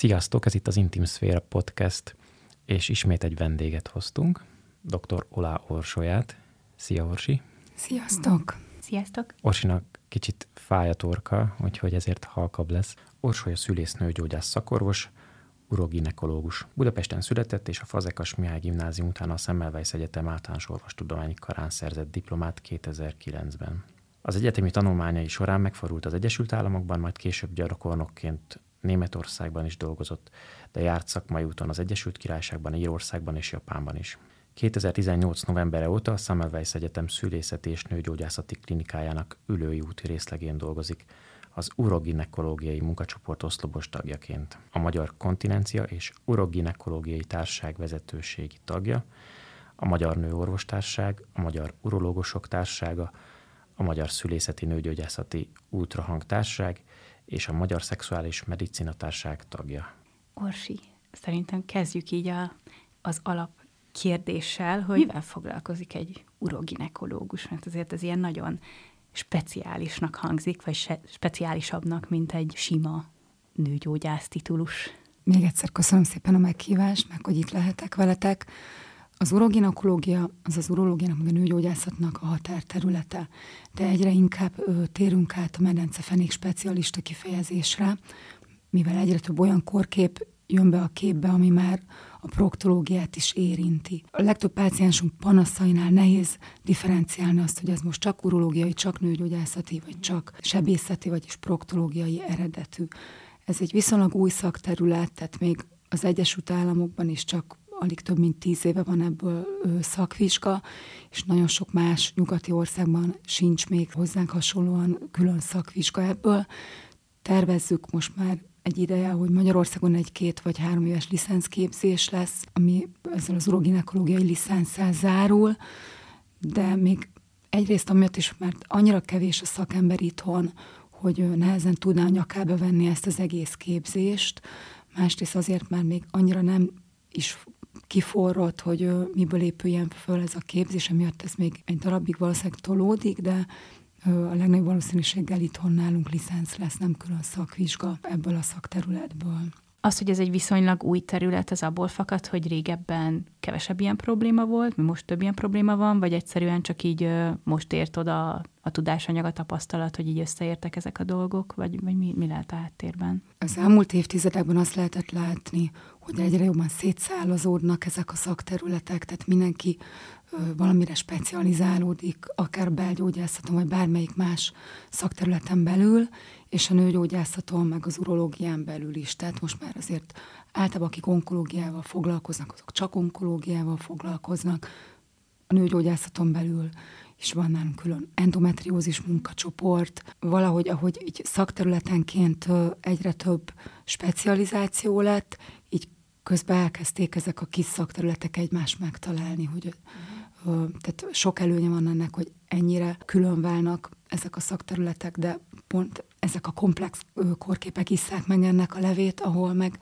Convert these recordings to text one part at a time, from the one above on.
Sziasztok, ez itt az Intim Szféra Podcast, és ismét egy vendéget hoztunk, dr. Oláh Orsolyát. Szia, Orsi! Sziasztok! Sziasztok! Orsinak kicsit fáj a torka, úgyhogy ezért halkabb lesz. Orsolya szülésznőgyógyász szakorvos, uroginekológus. Budapesten született, és a Fazekas Mihály Gimnázium után a Semmelweis Egyetem általános orvostudományi karán szerzett diplomát 2009-ben. Az egyetemi tanulmányai során megfordult az Egyesült Államokban, majd később gyakornokként Németországban is dolgozott, de járt szakmai úton az Egyesült Királyságban, Írországban és Japánban is. 2018. novembere óta a Semmelweis Egyetem szülészeti és nőgyógyászati klinikájának Üllői úti részlegén dolgozik, az uroginekológiai munkacsoport oszlopos tagjaként. A Magyar Kontinencia és Uroginekológiai Társaság vezetőségi tagja, a Magyar Nőorvostársaság, a Magyar Urológusok Társasága, a Magyar Szülészeti Nőgyógyászati Ultrahang Társaság és a Magyar Szexuális Medicina Társaság tagja. Orsi, szerintem kezdjük így az alapkérdéssel, hogy mivel foglalkozik egy uroginekológus, mert azért ez ilyen nagyon speciálisnak hangzik, vagy speciálisabbnak, mint egy sima nőgyógyász titulus. Még egyszer köszönöm szépen a meghívást, meg hogy itt lehetek veletek. Az uroginekológia az urológiának, meg a nőgyógyászatnak a határterülete, de egyre inkább térünk át a medencefenék specialista kifejezésre, mivel egyre több olyan korkép jön be a képbe, ami már a proktológiát is érinti. A legtöbb páciensunk panaszainál nehéz differenciálni azt, hogy ez most csak urológiai, csak nőgyógyászati, vagy csak sebészeti, vagyis proktológiai eredetű. Ez egy viszonylag új szakterület, tehát még az Egyesült Államokban is csak alig több mint 10 éve van ebből szakvizsga, és nagyon sok más nyugati országban sincs még hozzánk hasonlóan külön szakvizsga ebből. Tervezzük most már egy ideje, hogy Magyarországon egy 2 vagy 3 éves licenszképzés lesz, ami ezzel az uroginekológiai licensszel zárul, de még egyrészt amiatt is, mert annyira kevés a szakember itthon, hogy nehezen tudná a nyakába venni ezt az egész képzést, másrészt azért már még annyira nem is kiforrott, hogy miből épüljen föl ez a képzés, emiatt ez még egy darabig valószínűleg tolódik, de a legnagyobb valószínűséggel itthon nálunk licenc lesz, nem külön szakvizsga ebből a szakterületből. Az, hogy ez egy viszonylag új terület, az abból fakad, hogy régebben kevesebb ilyen probléma volt, mi most több ilyen probléma van, vagy egyszerűen csak így most ért oda a tudásanyag, a tapasztalat, hogy így összeértek ezek a dolgok, vagy mi lehet a háttérben? Az elmúlt évtizedekben azt lehetett látni, hogy egyre jobban szétszálazódnak ezek a szakterületek, tehát mindenki valamire specializálódik, akár belgyógyászaton, vagy bármelyik más szakterületen belül, és a nőgyógyászaton, meg az urológián belül is. Tehát most már azért általában, akik onkológiával foglalkoznak, azok csak onkológiával foglalkoznak. A nőgyógyászaton belül is van nálunk külön endometriózis munkacsoport. Valahogy, ahogy így szakterületenként egyre több specializáció lett, így közben elkezdték ezek a kis szakterületek egymást megtalálni, hogy tehát sok előnye van ennek, hogy ennyire külön válnak ezek a szakterületek, de pont ezek a komplex korképek isszák meg ennek a levét, ahol meg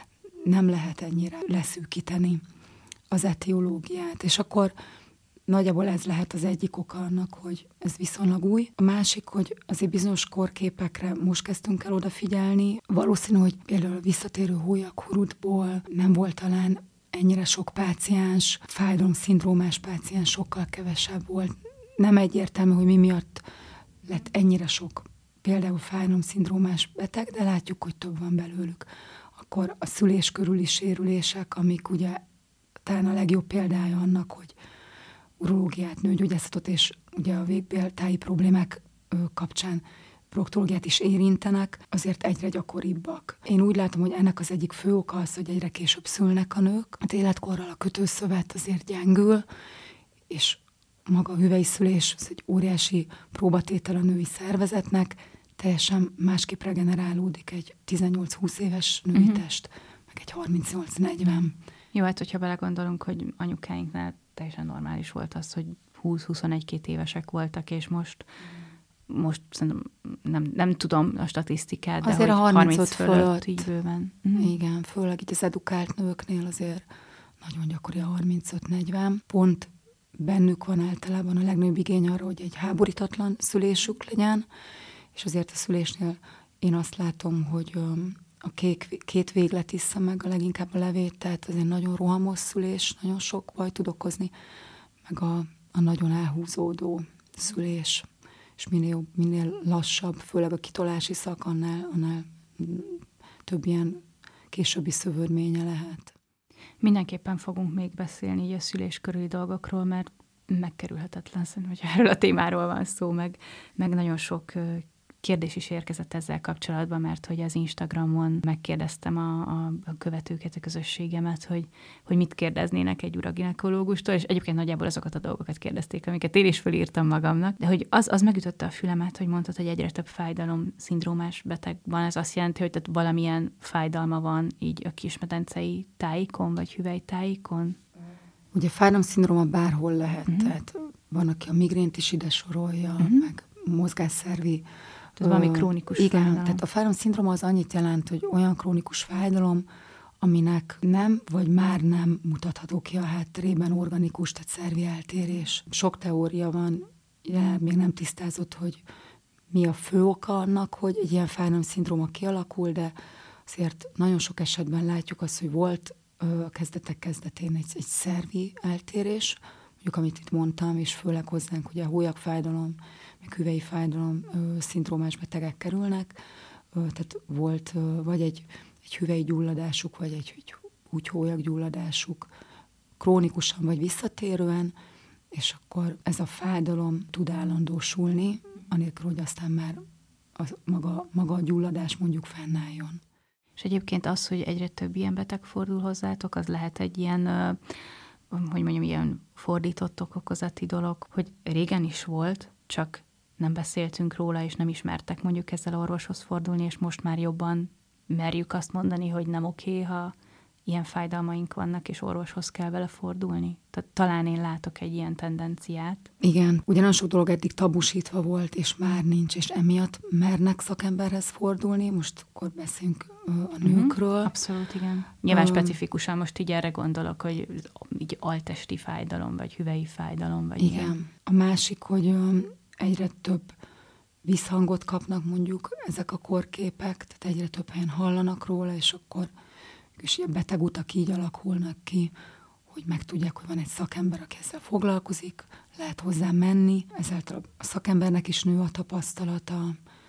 nem lehet ennyire leszűkíteni az etiológiát. És akkor nagyjából ez lehet az egyik oka annak, hogy ez viszonylag új. A másik, hogy azért bizonyos korképekre most kezdtünk el odafigyelni. Valószínű, hogy például a visszatérő hólyakhurutból nem volt talán ennyire sok páciens, fájdalomszindrómás páciens sokkal kevesebb volt. Nem egyértelmű, hogy mi miatt lett ennyire sok például fájdalomszindrómás beteg, de látjuk, hogy több van belőlük. Akkor a szülés körüli sérülések, amik ugye talán a legjobb példája annak, hogy urológiát, nőgyógyászatot és ugye a végbéltáji problémák kapcsán proktológiát is érintenek, azért egyre gyakoribbak. Én úgy látom, hogy ennek az egyik fő oka az, hogy egyre később szülnek a nők. Az életkorral a kötőszövet azért gyengül, és maga a hüvely szülés az egy óriási próbatétel a női szervezetnek, teljesen másképp regenerálódik egy 18-20 éves női test, meg egy 38-40. Jó, hát hogyha belegondolunk, hogy anyukáinknál teljesen normális volt az, hogy 20-21-2 évesek voltak, és most szerintem nem tudom a statisztikát, azért de a hogy 35 fölött így bőven. Igen, főleg így az edukált nőknél azért nagyon gyakori a 35-40. Pont bennük van általában a legnagyobb igény arra, hogy egy háborítatlan szülésük legyen, és azért a szülésnél én azt látom, hogy a két véglet issza meg a leginkább a levét, tehát ez egy nagyon rohamos szülés, nagyon sok baj tud okozni, meg a nagyon elhúzódó szülés, és minél lassabb, főleg a kitolási szak, annál több ilyen későbbi szövődménye lehet. Mindenképpen fogunk még beszélni így a szülés körüli dolgokról, mert megkerülhetetlen szerintem, hogy erről a témáról van szó, meg nagyon sok kérdés is érkezett ezzel kapcsolatban, mert hogy az Instagramon megkérdeztem a követőket, a közösségemet, hogy mit kérdeznének egy uraginekológustól, és egyébként nagyjából azokat a dolgokat kérdezték, amiket én is fölírtam magamnak, de hogy az megütötte a fülemet, hogy mondtad, hogy egyre több fájdalom-szindrómás beteg van. Ez azt jelenti, hogy tehát valamilyen fájdalma van így a kismedencei tájékon, vagy hüvelytájékon? Ugye fájdalomszindróma bárhol lehet, tehát van, aki a migrént is ide sorolja, meg mozgásszervi. Tehát valami krónikus fájdalom. Tehát a fájdalomszindróma az annyit jelent, hogy olyan krónikus fájdalom, aminek nem, vagy már nem mutatható ki a hátterében organikus, tehát szervi eltérés. Sok teória van, még nem tisztázott, hogy mi a fő oka annak, hogy egy ilyen fájdalomszindróma kialakul, de azért nagyon sok esetben látjuk azt, hogy volt a kezdetek kezdetén egy szervi eltérés, mondjuk amit itt mondtam, és főleg hozzánk ugye a hólyagfájdalom, meg hüvelyi fájdalom szindrómás betegek kerülnek, tehát volt vagy egy hüvelyi gyulladásuk, vagy egy úgy hólyaggyulladásuk krónikusan vagy visszatérően, és akkor ez a fájdalom tud állandósulni, anélkül, hogy aztán már maga a gyulladás mondjuk fennálljon. És egyébként az, hogy egyre több ilyen beteg fordul hozzátok, az lehet egy ilyen, hogy mondjam, ilyen fordított okozati dolog, hogy régen is volt, csak nem beszéltünk róla, és nem ismertek mondjuk ezzel orvoshoz fordulni, és most már jobban merjük azt mondani, hogy nem oké, ha ilyen fájdalmaink vannak, és orvoshoz kell vele fordulni. Tehát talán én látok egy ilyen tendenciát. Igen, ugyanaz sok dolog eddig tabusítva volt, és már nincs, és emiatt mernek szakemberhez fordulni. Most akkor beszélünk a nőkről. Abszolút, igen. Nyilván specifikusan most így erre gondolok, hogy így altesti fájdalom, vagy hüvelyi fájdalom, vagy igen. ilyen. A másik, hogy egyre több visszhangot kapnak mondjuk ezek a korképek, tehát egyre több helyen hallanak róla, és akkor és ilyen beteg utak így alakulnak ki, hogy megtudják, hogy van egy szakember, aki ezzel foglalkozik, lehet hozzá menni, ezáltal a szakembernek is nő a tapasztalata,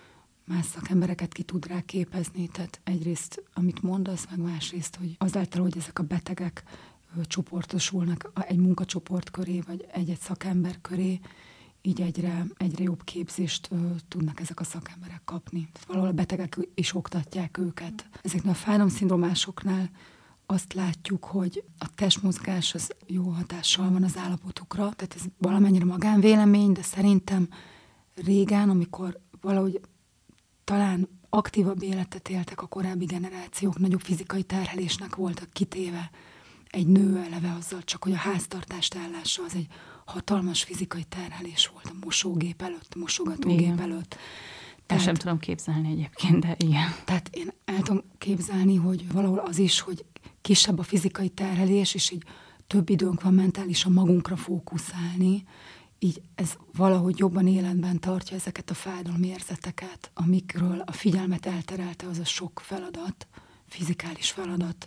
más szakembereket ki tud rá képezni, tehát egyrészt, amit mondasz, meg másrészt, hogy azáltal, hogy ezek a betegek csoportosulnak egy munkacsoport köré, vagy egy-egy szakember köré, így egyre jobb képzést tudnak ezek a szakemberek kapni. Tehát valahol a betegek is oktatják őket. Ezeknél a fájdalomszindrómásoknál azt látjuk, hogy a testmozgás az jó hatással van az állapotukra, tehát ez valamennyire magánvélemény, de szerintem régen, amikor valahogy talán aktívabb életet éltek a korábbi generációk, nagyobb fizikai terhelésnek voltak kitéve, egy nő eleve azzal csak, hogy a háztartást ellássa, az egy hatalmas fizikai terhelés volt a mosógép előtt, a mosogatógép előtt. Tehát, sem tudom képzelni egyébként, de igen. Tehát én el tudom képzelni, hogy valahol az is, hogy kisebb a fizikai terhelés, és így több időnk van mentálisan magunkra fókuszálni, így ez valahogy jobban életben tartja ezeket a fájdalomérzeteket, amikről a figyelmet elterelte az a sok feladat, fizikális feladat,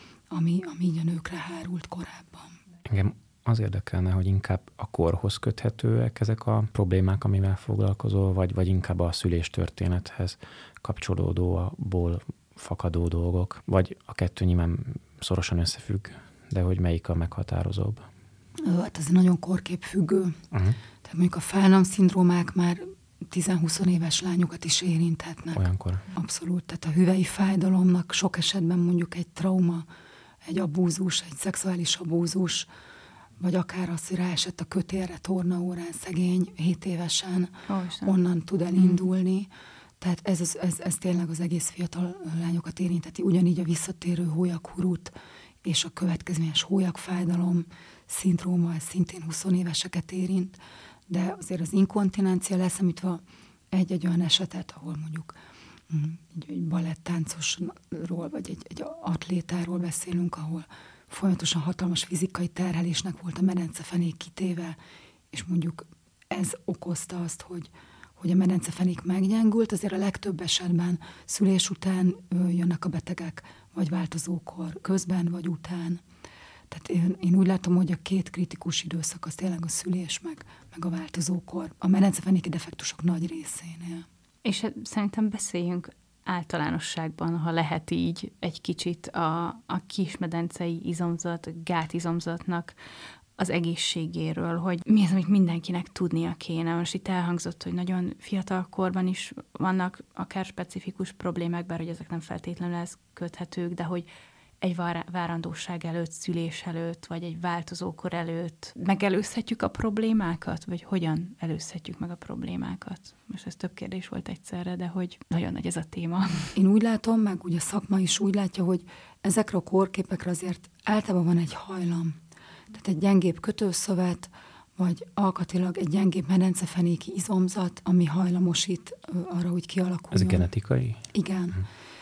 ami így a nőkre hárult korábban. Engem az érdekelne, hogy inkább a korhoz köthetőek ezek a problémák, amivel foglalkozol, vagy inkább a szüléstörténethez kapcsolódóból fakadó dolgok, vagy a kettő nyilván szorosan összefügg, de hogy melyik a meghatározóbb? Hát ez nagyon korképfüggő. Tehát mondjuk a fájdalomszindrómák már 10-20 éves lányokat is érinthetnek. Olyankor. Abszolút. Tehát a hüvelyi fájdalomnak sok esetben mondjuk egy trauma, egy abúzus, egy szexuális abúzus, vagy akár az, hogy ráesett a kötélre tornaórán szegény, 7 évesen, onnan tud elindulni. Tehát ez tényleg az egész fiatal lányokat érinteti. Ugyanígy a visszatérő hólyaghurut és a következményes hólyagfájdalom szindróma, ez szintén 20 éveseket érint, de azért az inkontinencia leszámítva egy olyan esetet, ahol mondjuk egy balettáncosról, vagy egy atlétáról beszélünk, ahol folyamatosan hatalmas fizikai terhelésnek volt a medencefenék kitéve, és mondjuk ez okozta azt, hogy hogy a medencefenék meggyengült, azért a legtöbb esetben szülés után jönnek a betegek, vagy változókor közben, vagy után. Tehát én úgy látom, hogy a két kritikus időszak az tényleg a szülés, meg a változókor. A medencefenéki defektusok nagy részénél. És szerintem beszéljünk általánosságban, ha lehet így, egy kicsit a kismedencei izomzat, gátizomzatnak az egészségéről, hogy mi az, amit mindenkinek tudnia kéne. Most itt elhangzott, hogy nagyon fiatal korban is vannak akár specifikus problémák, bár hogy ezek nem feltétlenül ez köthetők, de hogy egy várandóság előtt, szülés előtt, vagy egy változókor előtt megelőzhetjük a problémákat, vagy hogyan előzhetjük meg a problémákat? Most ez több kérdés volt egyszerre, de hogy nagyon nagy ez a téma. Én úgy látom, meg ugye a szakma is úgy látja, hogy ezekre a kórképekre azért általában van egy hajlam. Tehát egy gyengébb kötőszövet, vagy alkatilag egy gyengébb medencefenéki izomzat, ami hajlamosít arra, hogy kialakuljon. Ez genetikai? Igen.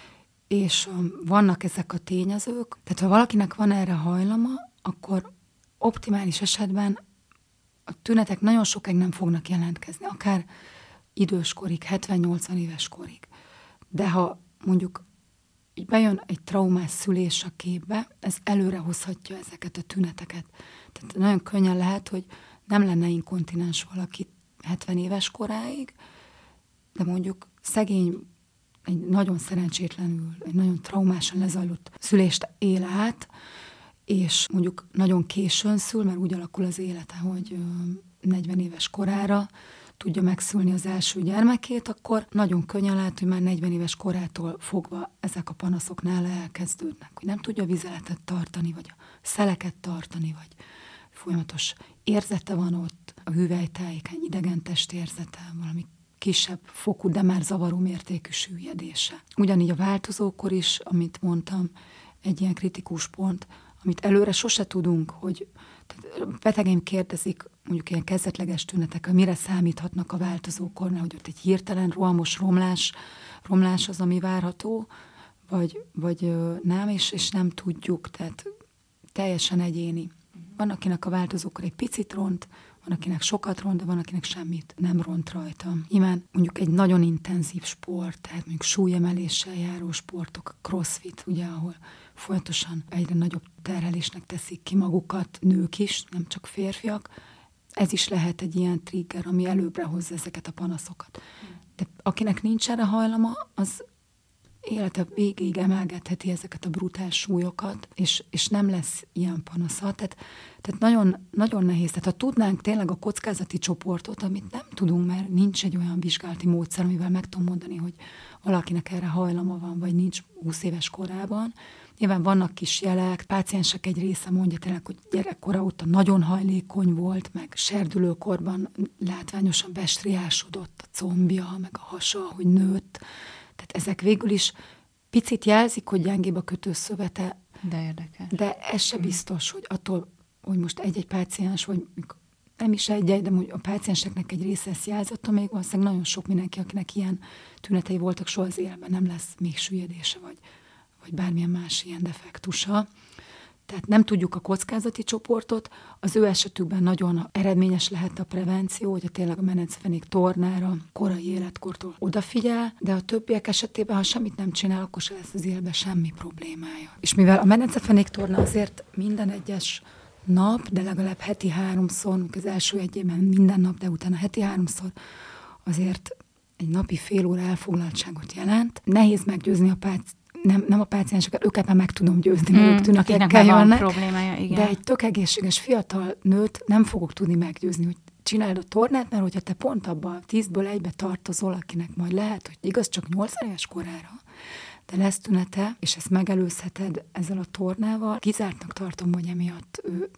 És vannak ezek a tényezők. Tehát ha valakinek van erre hajlama, akkor optimális esetben a tünetek nagyon sokáig nem fognak jelentkezni, akár időskorig, 70-80 éves korig. De ha mondjuk így bejön egy traumás szülés a képbe, ez előre hozhatja ezeket a tüneteket. Tehát nagyon könnyen lehet, hogy nem lenne inkontinens valaki 70 éves koráig, de mondjuk szegény, egy nagyon szerencsétlenül, egy nagyon traumásan lezajlott szülést él át, és mondjuk nagyon későn szül, mert úgy alakul az élete, hogy 40 éves korára tudja megszülni az első gyermekét, akkor nagyon könnyen lehet, hogy már 40 éves korától fogva ezek a panaszok elkezdődnek, hogy nem tudja a vizeletet tartani, vagy a szeleket tartani, vagy folyamatos érzete van ott, a hüvelytájékány idegen testérzete, valami kisebb fokú, de már zavaró mértékű süllyedése. Ugyanígy a változókor is, amit mondtam, egy ilyen kritikus pont, amit előre sose tudunk, hogy betegeim kérdezik, mondjuk ilyen kezdetleges tünetek, mire számíthatnak a változókornál, hogy ott egy hirtelen rohamos romlás az, ami várható, vagy nem, és nem tudjuk, tehát teljesen egyéni. Van, akinek a változókor egy picit ront, van, akinek sokat ront, de van, akinek semmit nem ront rajta. Nyilván mondjuk egy nagyon intenzív sport, tehát mondjuk súlyemeléssel járó sportok, crossfit, ugye, ahol folyamatosan egyre nagyobb terhelésnek teszik ki magukat nők is, nem csak férfiak. Ez is lehet egy ilyen trigger, ami előbbre hozza ezeket a panaszokat. De akinek nincs erre hajlama, az élete végéig emelgetheti ezeket a brutál súlyokat, és nem lesz ilyen panasza. Tehát nagyon, nagyon nehéz. Tehát ha tudnánk tényleg a kockázati csoportot, amit nem tudunk, mert nincs egy olyan vizsgálati módszer, amivel meg tudom mondani, hogy valakinek erre hajlama van, vagy nincs 20 éves korában. Nyilván vannak kis jelek, páciensek egy része mondja tényleg, hogy gyerekkora óta nagyon hajlékony volt, meg serdülőkorban látványosan bestriásodott a combja, meg a hasa, hogy nőtt. Tehát ezek végül is picit jelzik, hogy gyengébb a kötőszövete. De érdekes. De ez se biztos, hogy attól, hogy most egy-egy páciens, vagy nem is egy-egy, de a pácienseknek egy része ezt jelzett, még valószínűleg nagyon sok mindenki, akinek ilyen tünetei voltak, soha az életben nem lesz még süllyedése, vagy bármilyen más ilyen defektusa. Tehát nem tudjuk a kockázati csoportot, az ő esetükben nagyon eredményes lehet a prevenció, hogyha tényleg a medencefenék tornára korai életkortól odafigyel, de a többiek esetében, ha semmit nem csinál, akkor se lesz az életben semmi problémája. És mivel a medencefenék torna azért minden egyes nap, de legalább heti 3-szor, az első egy évben minden nap, de utána heti 3-szor, azért egy napi fél óra elfoglaltságot jelent. Nehéz meggyőzni nem a pácienseket, őket már meg tudom győzni, mert ők tünetekkel jönnek, de egy tök egészséges fiatal nőt nem fogok tudni meggyőzni, hogy csináld a tornát, mert hogyha te pont abban 10-ből 1-be tartozol, akinek majd lehet, hogy igaz, csak 80 éves korára, de lesz tünete, és ezt megelőzheted ezzel a tornával, kizártnak tartom, hogy emiatt ő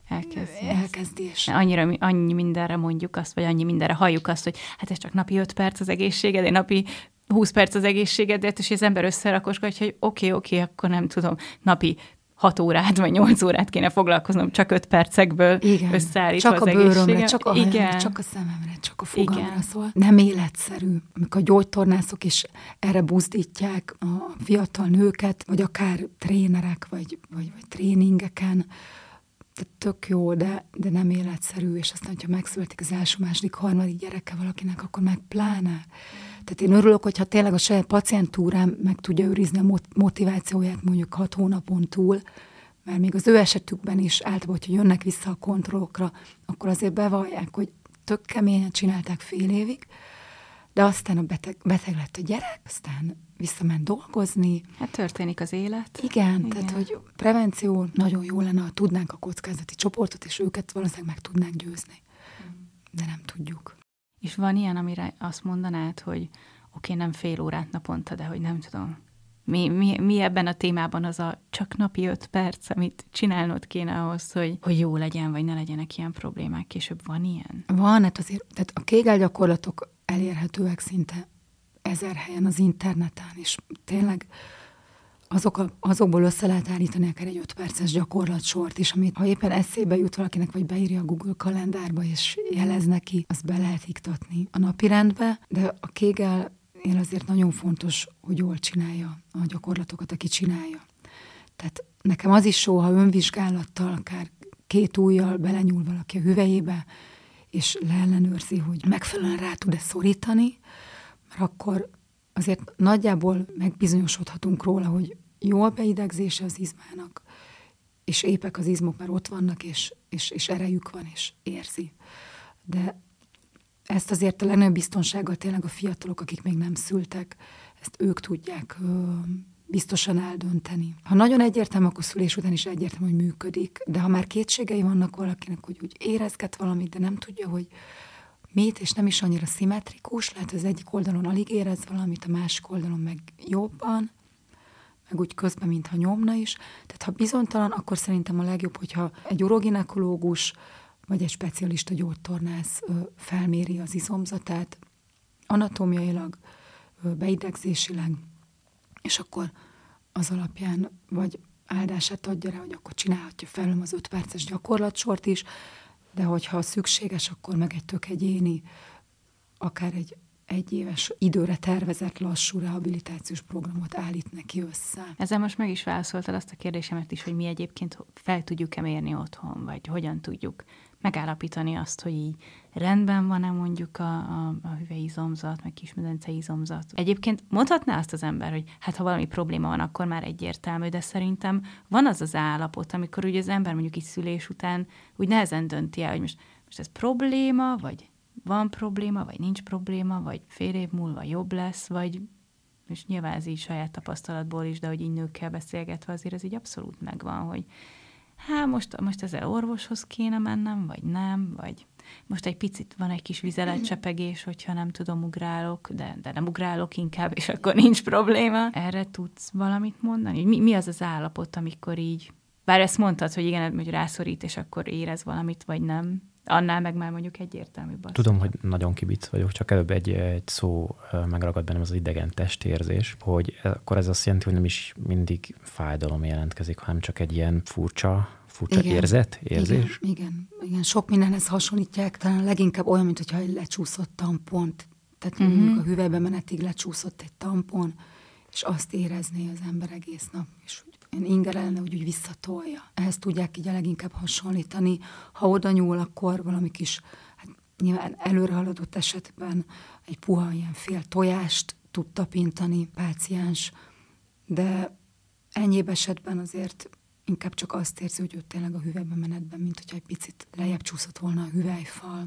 elkezdés. Annyi mindenre mondjuk azt, vagy annyi mindenre halljuk azt, hogy hát ez csak napi 5 perc az egészséged, egy napi 20 perc az egészségedért, és az ember összerakosgatja, hogy oké, akkor nem tudom, napi 6 órát, vagy 8 órát kéne foglalkoznom, csak 5 percekből összeállítva az egészségem. Csak a bőrömre, csak a hajamra, csak a szememre, csak a fogamra szól. Nem életszerű. Amikor a gyógytornászok is erre buzdítják a fiatal nőket, vagy akár trénerek, vagy tréningeken, tehát tök jó, de nem életszerű, és aztán, hogyha megszületik az első, második, harmadik gyereke valakinek, akkor meg pláne. Tehát én örülök, hogyha tényleg a saját pacientúrám meg tudja őrizni a motivációját mondjuk 6 hónapon túl, mert még az ő esetükben is általában, hogyha jönnek vissza a kontrollokra, akkor azért bevallják, hogy tök keményen csinálták fél évig, de aztán a beteg lett a gyerek, aztán visszament dolgozni. Hát történik az élet. Igen, tehát hogy prevenció nagyon jó lenne, ha tudnánk a kockázati csoportot, és őket valószínűleg meg tudnánk győzni. De nem tudjuk. És van ilyen, amire azt mondanád, hogy oké, nem fél órát naponta, de hogy nem tudom. Mi ebben a témában az a csak napi 5 perc, amit csinálnod kéne ahhoz, hogy jó legyen, vagy ne legyenek ilyen problémák. Később van ilyen? Van, hát azért, tehát a Kegel gyakorlatok elérhetőek szinte 1000 helyen az interneten, és tényleg azokból össze lehet állítani akár egy 5 perces gyakorlatsort is, amit ha éppen eszébe jut valakinek, vagy beírja a Google kalendárba, és jelez neki, azt be lehet iktatni a napirendbe, de a Kegel azért nagyon fontos, hogy jól csinálja a gyakorlatokat, aki csinálja. Tehát nekem az is jó, ha önvizsgálattal, akár 2 ujjal belenyúl valaki a hüvelyébe, és leellenőrzi, hogy megfelelően rá tud-e szorítani, mert akkor azért nagyjából megbizonyosodhatunk róla, hogy jó a beidegzése az izmának, és épek az izmok, mert ott vannak, és erejük van, és érzi. De ezt azért a legnagyobb biztonsággal tényleg a fiatalok, akik még nem szültek, ezt ők tudják biztosan eldönteni. Ha nagyon egyértelmű, akkor szülés után is egyértelmű, hogy működik, de ha már kétségei vannak valakinek, hogy úgy érezget valamit, de nem tudja, hogy mit, és nem is annyira szimmetrikus, lehet az egyik oldalon alig érez valamit, a másik oldalon meg jobban, meg úgy közben, mintha nyomna is. Tehát ha bizonytalan, akkor szerintem a legjobb, hogyha egy uroginekológus vagy egy specialista gyógytornász felméri az izomzatát, anatómiailag, beidegzésileg, és akkor az alapján vagy áldását adja rá, hogy akkor csinálhatja fel az 5 perces gyakorlatsort is, de hogyha szükséges, akkor meg egy tök egyéni, akár egy 1 éves időre tervezett lassú rehabilitációs programot állít neki össze. Ezzel most meg is válaszoltad azt a kérdésemet is, hogy mi egyébként fel tudjuk-e mérni otthon, vagy hogyan tudjuk megállapítani azt, hogy így rendben van-e mondjuk a hüvelyizomzat, meg kismedenceizomzat. Egyébként mondhatná azt az ember, hogy hát ha valami probléma van, akkor már egyértelmű, de szerintem van az az állapot, amikor ugye az ember mondjuk így szülés után úgy nehezen dönti el, hogy most ez probléma, vagy van probléma, vagy nincs probléma, vagy fél év múlva jobb lesz, vagy és nyilván ez így saját tapasztalatból is, de hogy így nőkkel beszélgetve azért ez így abszolút megvan, hogy most ezzel orvoshoz kéne mennem, vagy nem, vagy most egy picit van egy kis vizeletcsepegés, hogyha nem tudom, ugrálok, de nem ugrálok inkább, és akkor nincs probléma. Erre tudsz valamit mondani? Mi az az állapot, amikor így, bár ezt mondtad, hogy igen, hogy rászorít, és akkor érez valamit, vagy nem, annál meg már mondjuk egyértelműbb az. Tudom, hogy nagyon kibic vagyok, csak előbb egy szó megragad bennem, az idegen testérzés, hogy akkor ez azt jelenti, hogy nem is mindig fájdalom jelentkezik, hanem csak egy ilyen furcsa érzés? Igen. Sok mindenhez hasonlítják, talán leginkább olyan, mintha egy lecsúszott tampont, tehát mondjuk a hüvelybe menetig lecsúszott egy tampon, és azt érezné az ember egész nap, és én ingerelne, hogy úgy visszatolja. Ehhez tudják így a leginkább hasonlítani. Ha oda nyúl, akkor valami kis, hát nyilván előrehaladott esetben egy puha ilyen fél tojást tud tapintani páciens, de ennyibb esetben azért inkább csak azt érzi, hogy ő tényleg a hüvelybe menetben, mint hogyha egy picit lejjebb csúszott volna a hüvelyfal.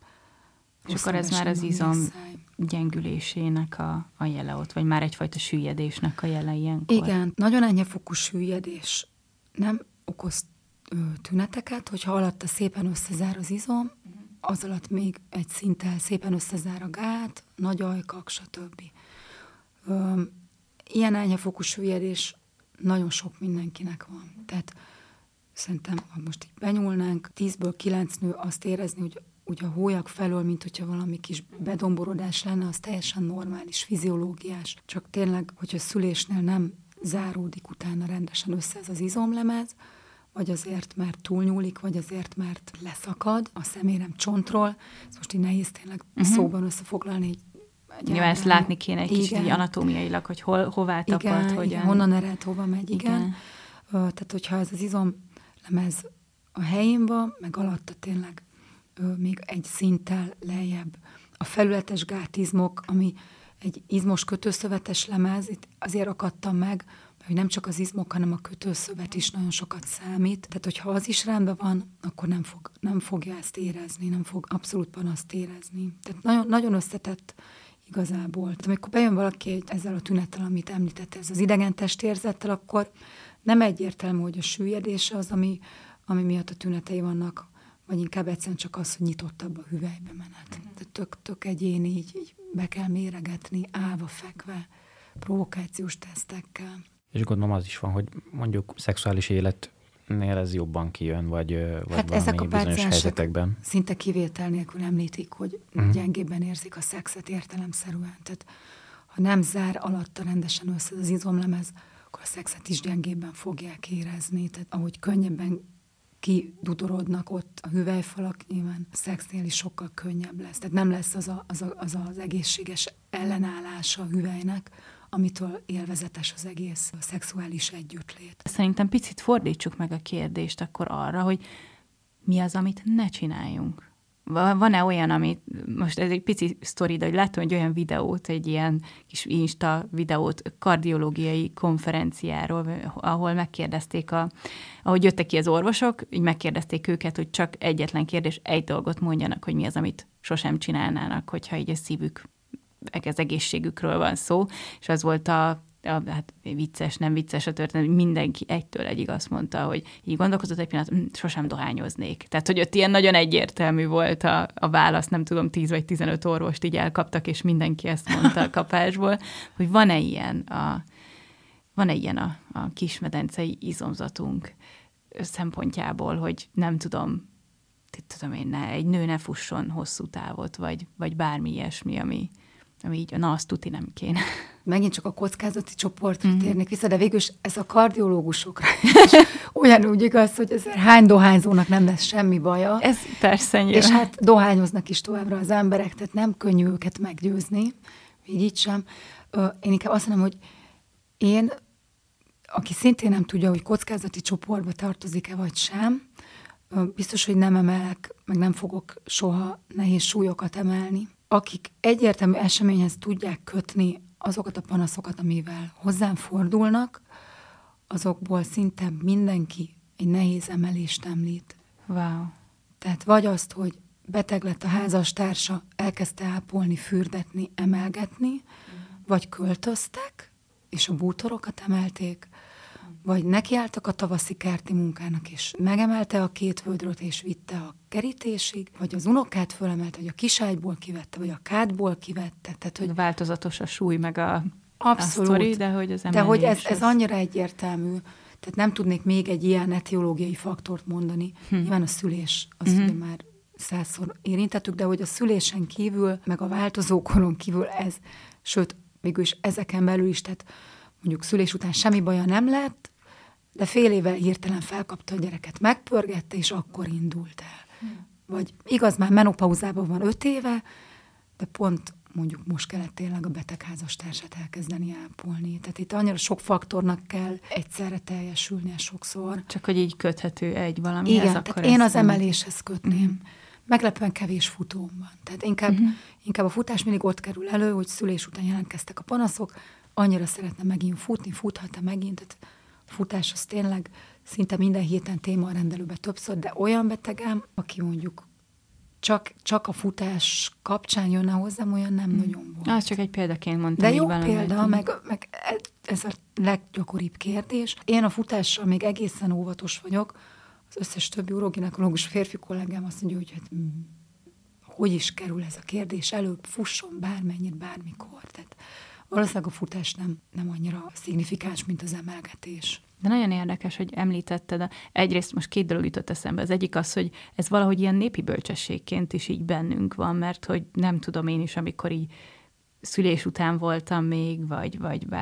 És akkor ez már az izom gyengülésének a jele ott, vagy már egyfajta süllyedésnek a jele ilyenkor? Igen, nagyon enyhefokú süllyedés nem okoz tüneteket, hogyha alatta szépen összezár az izom, az alatt még egy szinttel szépen összezár a gát, nagy ajkak, stb. Ilyen enyhefokú süllyedés nagyon sok mindenkinek van. Tehát szerintem, ha most így benyúlnánk, 10-ből 9 nő azt érezni, hogy úgy a hólyak felől, mint hogyha valami kis bedomborodás lenne, az teljesen normális, fiziológiás. Csak tényleg, hogyha szülésnél nem záródik utána rendesen össze ez az izomlemez, vagy azért, mert túlnyúlik, vagy azért, mert leszakad a szemérem csontról. Ez most így nehéz tényleg szóban összefoglalni. Nyilván ezt látni kéne egy kicsit így anatómiailag, hogy hová tapad, hogyan. Igen, honnan ered, hova megy, igen. Tehát, hogyha ez az izomlemez a helyén van, meg alatta tényleg még egy szinttel lejjebb. A felületes gátizmok, ami egy izmos kötőszövetes lemez, itt azért akadtam meg, hogy nem csak az izmok, hanem a kötőszövet is nagyon sokat számít. Tehát, hogyha az is rendben van, akkor nem fogja ezt érezni, nem fog abszolút panaszt érezni. Tehát nagyon, nagyon összetett igazából. Tehát, amikor bejön valaki ezzel a tünettel, amit említett, ez az idegen testérzettel, akkor nem egyértelmű, hogy a süllyedése az, ami miatt a tünetei vannak, vagy inkább egyszerűen csak az, hogy nyitottabb a hüvelybe menet. Tehát tök egyéni, így be kell méregetni, állva, fekve, provokációs tesztekkel. És gondolom az is van, hogy mondjuk szexuális életnél ez jobban kijön, vagy ezek a bizonyos helyzetekben. Szinte kivétel nélkül említik, hogy gyengébben érzik a szexet értelemszerűen. Tehát ha nem zár alatta rendesen össze az izomlemez, akkor a szexet is gyengébben fogják érezni. Tehát ahogy könnyebben kidudorodnak ott a hüvelyfalak, nyilván a szexnél is sokkal könnyebb lesz. Tehát nem lesz az egészséges ellenállása a hüvelynek, amitől élvezetes az egész a szexuális együttlét. Szerintem picit fordítsuk meg a kérdést akkor arra, hogy mi az, amit ne csináljunk. Van-e olyan, amit, most ez egy pici sztori, de hogy láttam egy olyan videót, egy ilyen kis Insta videót kardiológiai konferenciáról, ahol megkérdezték, ahogy jöttek ki az orvosok, így megkérdezték őket, hogy csak egyetlen kérdés, egy dolgot mondjanak, hogy mi az, amit sosem csinálnának, hogyha így a szívük, az egészségükről van szó, és az volt hát vicces, nem vicces a történet, hogy mindenki egytől egyig azt mondta, hogy így gondolkozott egy pillanat, sosem dohányoznék. Tehát, hogy ott ilyen nagyon egyértelmű volt a válasz, nem tudom, 10 vagy 15 orvost így elkaptak, és mindenki ezt mondta a kapásból, hogy van-e ilyen a kismedencei izomzatunk szempontjából, hogy nem tudom én, egy nő ne fusson hosszú távot, vagy bármi ilyesmi, ami így, na, azt tuti nem kéne. Megint csak a kockázati csoportra térnék vissza, de végül is ez a kardiológusokra ugyanúgy igaz, hogy ezért hány dohányzónak nem lesz semmi baja. Ez persze nyilván. És hát dohányoznak is továbbra az emberek, tehát nem könnyű őket meggyőzni, még így sem. Én inkább azt mondom, hogy én, aki szintén nem tudja, hogy kockázati csoportba tartozik-e vagy sem, biztos, hogy nem emelek, meg nem fogok soha nehéz súlyokat emelni. Akik egyértelmű eseményhez tudják kötni azokat a panaszokat, amivel hozzám fordulnak, azokból szinte mindenki egy nehéz emelést említ. Wow. Tehát vagy azt, hogy beteg lett a házastársa, elkezdte ápolni, fürdetni, emelgetni, vagy költöztek, és a bútorokat emelték, vagy nekiálltak a tavaszi kerti munkának, és megemelte a 2 vödröt, és vitte a kerítésig, vagy az unokát fölemelte, vagy a kiságyból kivette, vagy a kádból kivette. Tehát, hogy változatos a súly, meg a sztori, de hogy az emelés. De hogy ez annyira egyértelmű, tehát nem tudnék még egy ilyen etiológiai faktort mondani. Nyilván a szülés, az ugye már 100-szor érintettük, de hogy a szülésen kívül, meg a változókoron kívül ez, sőt, végülis ezeken belül is, tehát mondjuk szülés után semmi baja nem lett, de fél évvel hirtelen felkapta a gyereket, megpörgette, és akkor indult el. Vagy igaz, már menopauzában van 5 éve, de pont mondjuk most kellett tényleg a beteg házastársát elkezdeni ápolni. Tehát itt annyira sok faktornak kell egyszerre teljesülnie sokszor. Csak hogy így köthető egy valamihez. Igen, tehát én az emeléshez kötném. Meglepően kevés futóm van. Tehát inkább a futás mindig ott kerül elő, hogy szülés után jelentkeztek a panaszok, annyira szeretne megint futni, futhat-e megint, tehát a futás az tényleg szinte minden héten téma a rendelőben többször, de olyan betegem, aki mondjuk csak a futás kapcsán jönne hozzám, olyan nem nagyon volt. Az csak egy példaként mondtam. De jó példa, meg ez a leggyakoribb kérdés. Én a futással még egészen óvatos vagyok. Az összes többi uroginekológus férfi kollégám azt mondja, hogy hát, hogy is kerül ez a kérdés elő, fusson bármennyit, bármikor. Tehát valószínűleg a futás nem annyira szignifikáns, mint az emelgetés. De nagyon érdekes, hogy említetted. Egyrészt most 2 dolog jutott eszembe. Az egyik az, hogy ez valahogy ilyen népi bölcsességként is így bennünk van, mert hogy nem tudom én is, amikor így szülés után voltam még, vagy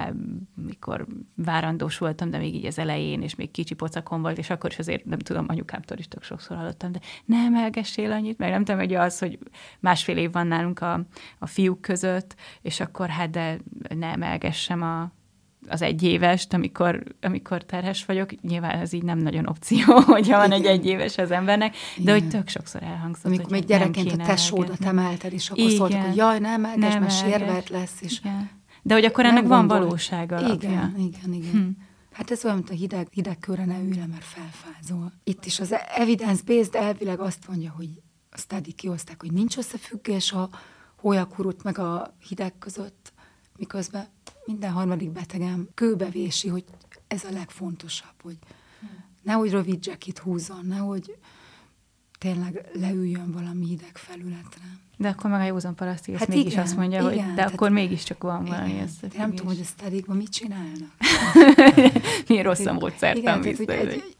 mikor várandós voltam, de még így az elején, és még kicsi pocakon volt, és akkor is azért, nem tudom, anyukámtól is tök sokszor hallottam, de ne emelgessél annyit, meg nem tudom, hogy az, hogy 1,5 év van nálunk a fiúk között, és akkor hát de ne emelgessem az 1 évest, amikor terhes vagyok, nyilván ez így nem nagyon opció, hogyha van egy 1 éves az embernek, de hogy tök sokszor elhangzott, amikor hogy még gyerekként a tesódat emelted, és akkor szóltak, hogy jaj, nem emelgesd, mert sérvet lesz. És de hogy akkor ennek van valóság alapja. Igen. Hát ez olyan, mint a hideg körre ne ülj le, mert felfázol. Itt is az evidence-based elvileg azt mondja, hogy a study kihozták, hogy nincs összefüggés a hólyakurut meg a hideg között, miközben minden harmadik betegem kőbevési, hogy ez a legfontosabb, hogy nehogy rövid jacket húzzon, nehogy tényleg leüljön valami hideg felületre. De akkor meg a józan paraszti ezt hát mégis igen, azt mondja, igen, hogy de akkor mégiscsak van valami összefüggés. Nem tudom, hogy a sztadikban mit csinálnak. Milyen rossz a módszertan biztos.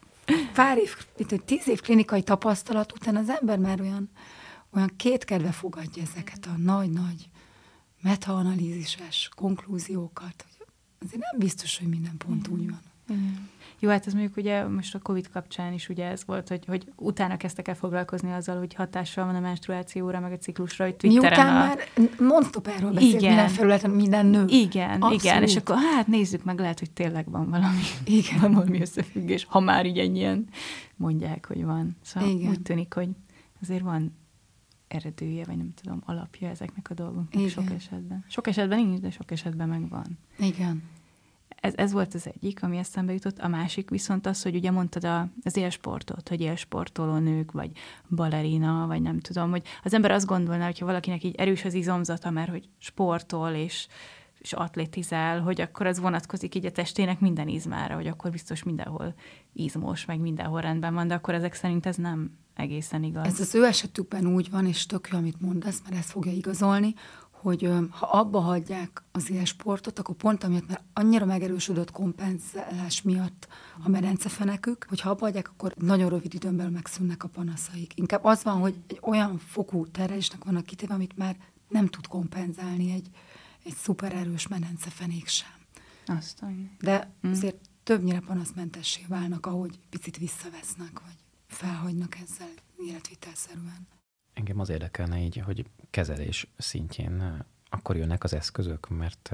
Pár év, 10 év klinikai tapasztalat után az ember már olyan kétkedve fogadja ezeket a nagy-nagy metaanalízises konklúziókat, hogy azért nem biztos, hogy minden pont úgy van. Jó, hát ez mondjuk ugye most a Covid kapcsán is ugye ez volt, hogy utána kezdtek el foglalkozni azzal, hogy hatással van a menstruációra, meg a ciklusra, hogy Twitteren miután már non-stop erről beszél minden felületen, minden nő. Igen, és akkor hát nézzük meg, lehet, hogy tényleg van valami összefüggés, ha már így ennyien mondják, hogy van. Szóval úgy tűnik, hogy azért van eredője, vagy nem tudom, alapja ezeknek a dolgoknak sok esetben. Sok esetben nincs, de sok esetben meg van. Igen. Ez volt az egyik, ami eszembe jutott. A másik viszont az, hogy ugye mondtad az élsportot, hogy élsportoló nők, vagy balerina, vagy nem tudom, hogy az ember azt gondolná, hogyha valakinek így erős az izomzata, mert hogy sportol, és atlétizál, hogy akkor az vonatkozik így a testének minden izmára, hogy akkor biztos mindenhol izmos, meg mindenhol rendben van, de akkor ezek szerint ez nem egészen igaz. Ez az ő esetükben úgy van, és tök jó, amit mondasz, mert ezt fogja igazolni, hogy ha abba hagyják az élsportot, akkor pont amiatt, mert annyira megerősödött kompenzálás miatt a medencefenekük, hogy ha abba hagyják, akkor nagyon rövid időn belül megszűnnek a panaszaik. Inkább az van, hogy egy olyan fokú terhelésnek vannak kitéve, amit már nem tud kompenzálni egy szupererős medencefenék sem. Aztán. De azért többnyire panaszmentessé válnak, ahogy picit visszavesznek, vagy felhagynak ezzel életvitelszerűen. Engem az érdekelne így, hogy kezelés szintjén akkor jönnek az eszközök, mert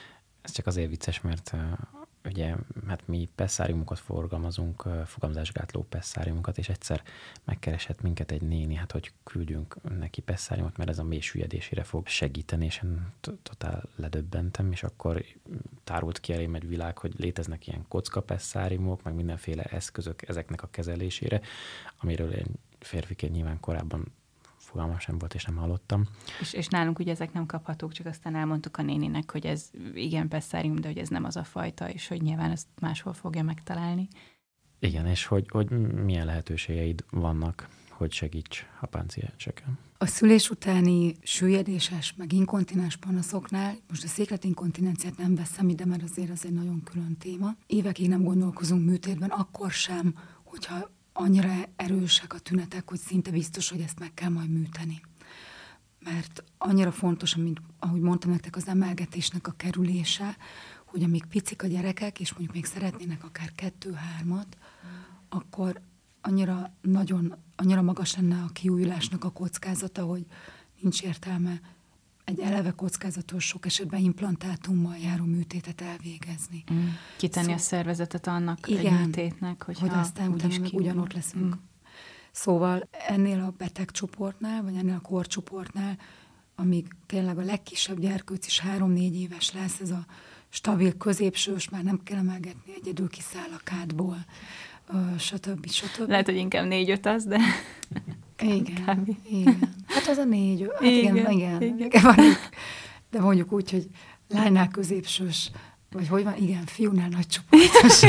ez csak azért vicces, mert ugye hát mi pesszáriumokat forgalmazunk, fogamzásgátló pesszáriumokat, és egyszer megkeresett minket egy néni, hát hogy küldjünk neki pesszáriumot, mert ez a mély süllyedésére fog segíteni, és én totál ledöbbentem, és akkor tárult ki elém egy világ, hogy léteznek ilyen kocka pesszáriumok, meg mindenféle eszközök ezeknek a kezelésére, amiről én férfiként nyilván korábban fogalmam sem volt, és nem hallottam. És nálunk ugye ezek nem kaphatók, csak aztán elmondtuk a néninek, hogy ez igen pesszárium, de hogy ez nem az a fajta, és hogy nyilván ezt máshol fogja megtalálni. Igen, és hogy milyen lehetőségeid vannak, hogy segíts a pácienseken. A szülés utáni süllyedéses, meg inkontinens panaszoknál, most a székletinkontinenciát nem veszem ide, mert azért az egy nagyon külön téma. Évekig nem gondolkozunk műtétben, akkor sem, hogyha annyira erősek a tünetek, hogy szinte biztos, hogy ezt meg kell majd műteni. Mert annyira fontos, ahogy mondtam nektek, az emelgetésnek a kerülése, hogy amíg picik a gyerekek, és mondjuk még szeretnének akár 2-3-at, akkor annyira magas lenne a kiújulásnak a kockázata, hogy nincs értelme egy eleve kockázatos, sok esetben implantátummal járó műtétet elvégezni. Kitenni a szervezetet annak egy műtétnek, hogy aztán utána meg ugyanott leszünk. Szóval ennél a betegcsoportnál, vagy ennél a korcsoportnál, amíg tényleg a legkisebb gyerkőc is 3-4 éves lesz, ez a stabil középsős, már nem kell emelgetni, egyedül kiszáll a kádból, stb. Lehet, hogy inkább 4-5 az, de... Igen. Hát az a 4. Hát igen. De mondjuk úgy, hogy lánynál középsős, vagy hogy van? Igen, fiúnál nagy csoportos.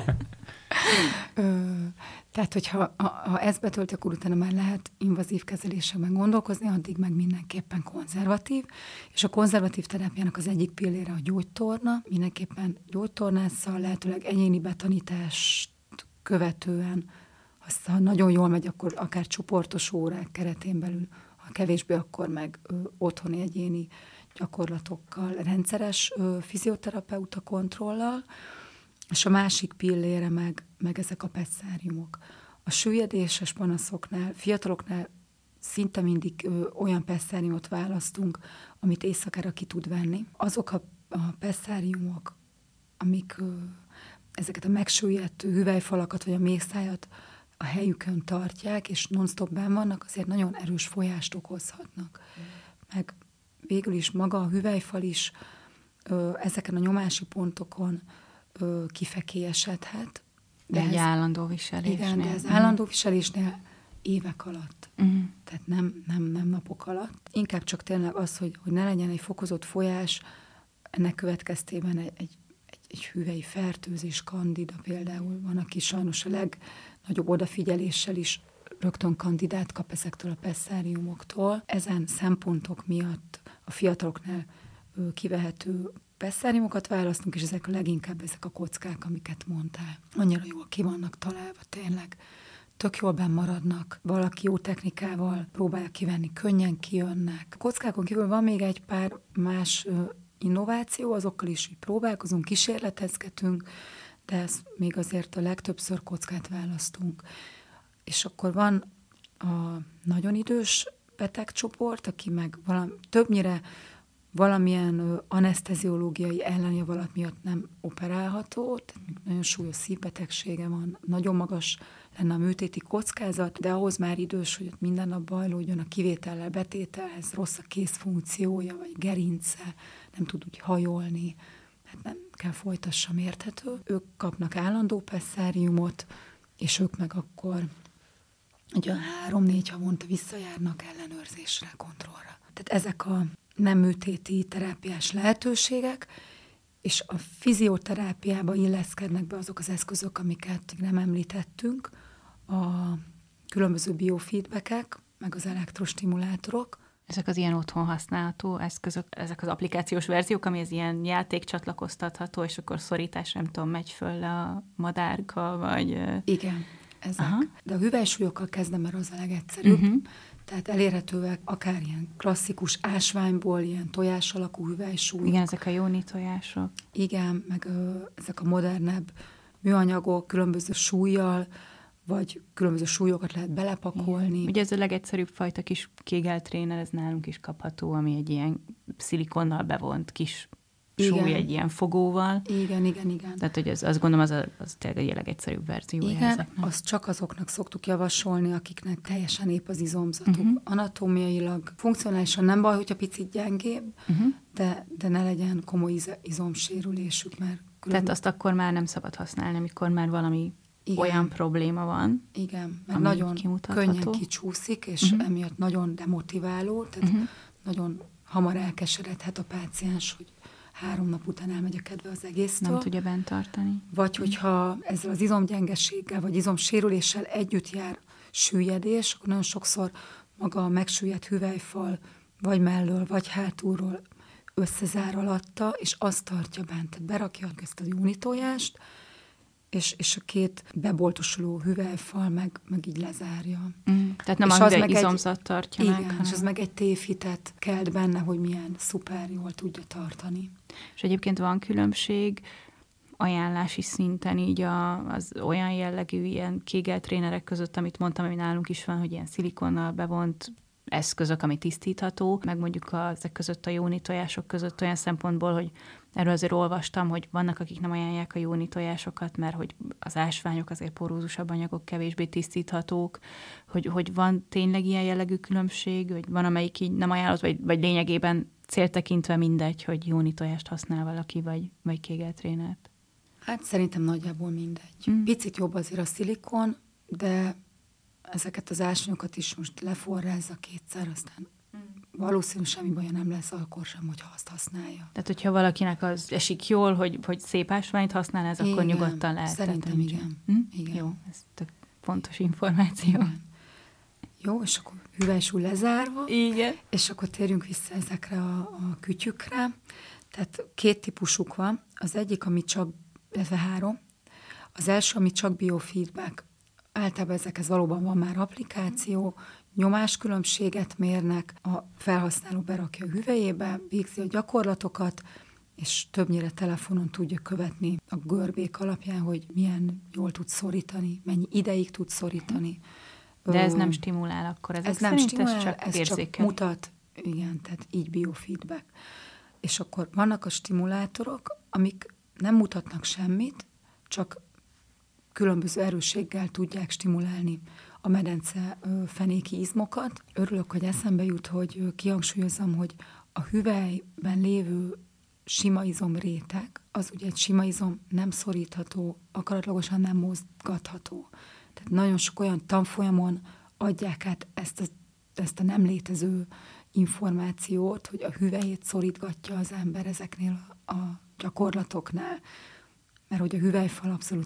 Tehát, hogyha ezt betölti, akkor utána már lehet invazív kezelésekben gondolkozni, addig meg mindenképpen konzervatív. És a konzervatív terápiának az egyik pillére a gyógytorna. Mindenképpen gyógytornásszal, lehetőleg egyéni betanítást követően, ha nagyon jól megy, akkor akár csoportos órák keretén belül, ha kevésbé, akkor meg otthoni egyéni gyakorlatokkal, rendszeres fizioterapeuta kontrollal, és a másik pillére meg ezek a pesszáriumok. A süllyedéses panaszoknál, fiataloknál szinte mindig olyan pesszáriumot választunk, amit éjszakára ki tud venni. Azok a pesszáriumok, amik ezeket a megsüllyedt hüvelyfalakat vagy a méhszájat a helyükön tartják, és non-stop benn vannak, azért nagyon erős folyást okozhatnak. Meg végül is maga a hüvelyfal is ezeken a nyomási pontokon kifekélyesedhet. De egy állandó viselésnél. Igen, de ez állandó viselésnél évek alatt. Tehát nem napok alatt. Inkább csak tényleg az, hogy ne legyen egy fokozott folyás, ennek következtében egy hüvelyi fertőzés, kandida például van, aki sajnos a legnagyobb odafigyeléssel is rögtön kandidát kap ezektől a pesszáriumoktól. Ezen szempontok miatt a fiataloknál kivehető pesszáriumokat választunk, és ezek leginkább ezek a kockák, amiket mondtál. Annyira jól ki vannak találva, tényleg. Tök jól benn maradnak, valaki jó technikával próbálja kivenni, könnyen kijönnek. A kockákon kívül van még egy pár más innováció, azokkal is próbálkozunk, kísérletezgetünk, de ezt még azért a legtöbbször kockát választunk. És akkor van a nagyon idős betegcsoport, aki meg többnyire valamilyen aneszteziológiai ellenjavalat miatt nem operálható, tehát nagyon súlyos szívbetegsége van, nagyon magas lenne a műtéti kockázat, de ahhoz már idős, hogy ott minden nap bajlódjon a kivétellel, betételhez, rossz a kézfunkciója, vagy gerince, nem tud úgy hajolni, hát nem kell folytassam, érthető. Ők kapnak állandó pesszáriumot, és ők meg akkor ugye 3-4 havonta visszajárnak ellenőrzésre, kontrollra. Tehát ezek a nem műtéti terápiás lehetőségek, és a fizioterápiába illeszkednek be azok az eszközök, amiket nem említettünk, a különböző biofeedbackek, meg az elektrostimulátorok. Ezek az ilyen otthon használható eszközök, ezek az applikációs verziók, ami az ilyen játékcsatlakoztatható, és akkor szorítás, nem tudom, megy föl a madárka, vagy... Igen, ezek. Aha. De a hüvelysúlyokkal kezdem, mert az a legegyszerűbb. Tehát elérhetőek akár ilyen klasszikus ásványból, ilyen tojás alakú hüvelysúlyok. Igen, ezek a jóni tojások. Igen, meg ezek a modernebb műanyagok különböző súlyjal, vagy különböző súlyokat lehet belepakolni. Igen. Ugye ez a legegyszerűbb fajta kis kégeltréner, ez nálunk is kapható, ami egy ilyen szilikonnal bevont kis súly, egy ilyen fogóval. Igen. Tehát, hogy azt gondolom, az tényleg egy legegyszerűbb verziója. Igen, ezeknek. azt csak azoknak szoktuk javasolni, akiknek teljesen épp az izomzatuk. Anatómiailag, funkcionálisan nem baj, hogyha picit gyengébb, de ne legyen komoly izomsérülésük, mert Tehát azt akkor már nem szabad használni, amikor már valami olyan probléma van. Igen, mert nagyon könnyen kicsúszik, és emiatt nagyon demotiváló, tehát nagyon hamar elkeseredhet a páciens, hogy 3 nap után elmegy a kedve az egésztől. Nem tudja bent tartani. Vagy hogyha ezzel az izomgyengeséggel, vagy izomsérüléssel együtt jár süllyedés, akkor nagyon sokszor maga a megsüllyedt hüvelyfal, vagy mellől, vagy hátulról összezár alatta, és azt tartja bent. Tehát berakja ezt a jónitójást, és a 2 beboltosuló hüvelyfal meg így lezárja. Tehát nem és a hüvely izomzat tartja meg. Igen, és az meg egy tévhitet kelt benne, hogy milyen szuper jól tudja tartani. És egyébként van különbség ajánlási szinten így az olyan jellegű ilyen kégeltrénerek között, amit mondtam, ami nálunk is van, hogy ilyen szilikonnal bevont eszközök, ami tisztítható, meg mondjuk ezek között a jóni tojások között olyan szempontból, hogy erről azért olvastam, hogy vannak, akik nem ajánlják a jóni tojásokat, mert hogy az ásványok azért porózusabb anyagok, kevésbé tisztíthatók, hogy van tényleg ilyen jellegű különbség, hogy van, amelyik így nem ajánlott, vagy lényegében céltekintve mindegy, hogy jóni tojást használ valaki, vagy kégeltrénert. Hát szerintem nagyjából mindegy. Picit jobb azért a szilikon, de ezeket az ásványokat is most leforrázza 2-szer, aztán valószínű semmi baja nem lesz akkor sem, hogyha azt használja. Tehát, hogyha valakinek az esik jól, hogy szép ásványt használ, ez akkor nyugodtan lehet. Szerintem igen. Igen. Jó, ez tök fontos információ. Igen. Jó, és akkor hüvelysúly lezárva. Igen. És akkor térjünk vissza ezekre a kütyükre. Tehát 2 típusuk van. Az egyik, ami csak, illetve 3. Az első, ami csak biofeedback. Általában ezekhez valóban van már applikáció, nyomáskülönbséget mérnek, a felhasználó berakja a hüvelyébe, végzi a gyakorlatokat, és többnyire telefonon tudja követni a görbék alapján, hogy milyen jól tud szorítani, mennyi ideig tud szorítani. De ez nem stimulál akkor, ez nem stimulál, ez csak mutat, igen, tehát így biofeedback. És akkor vannak a stimulátorok, amik nem mutatnak semmit, csak különböző erősséggel tudják stimulálni a medence fenéki izmokat. Örülök, hogy eszembe jut, hogy kihangsúlyozom, hogy a hüvelyben lévő sima izomréteg, az ugye egy sima izom nem szorítható, akaratlagosan nem mozgatható. Tehát nagyon sok olyan tanfolyamon adják át ezt a nem létező információt, hogy a hüvelyét szorítgatja az ember ezeknél a gyakorlatoknál, mert hogy a hüvelyfal abszolút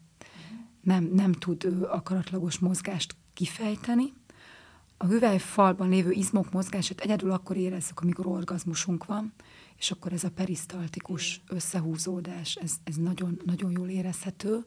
nem tud akaratlagos mozgást kifejteni. A hüvelyfalban lévő izmok mozgását egyedül akkor érezzük, amikor orgazmusunk van, és akkor ez a perisztaltikus összehúzódás, ez nagyon, nagyon jól érezhető,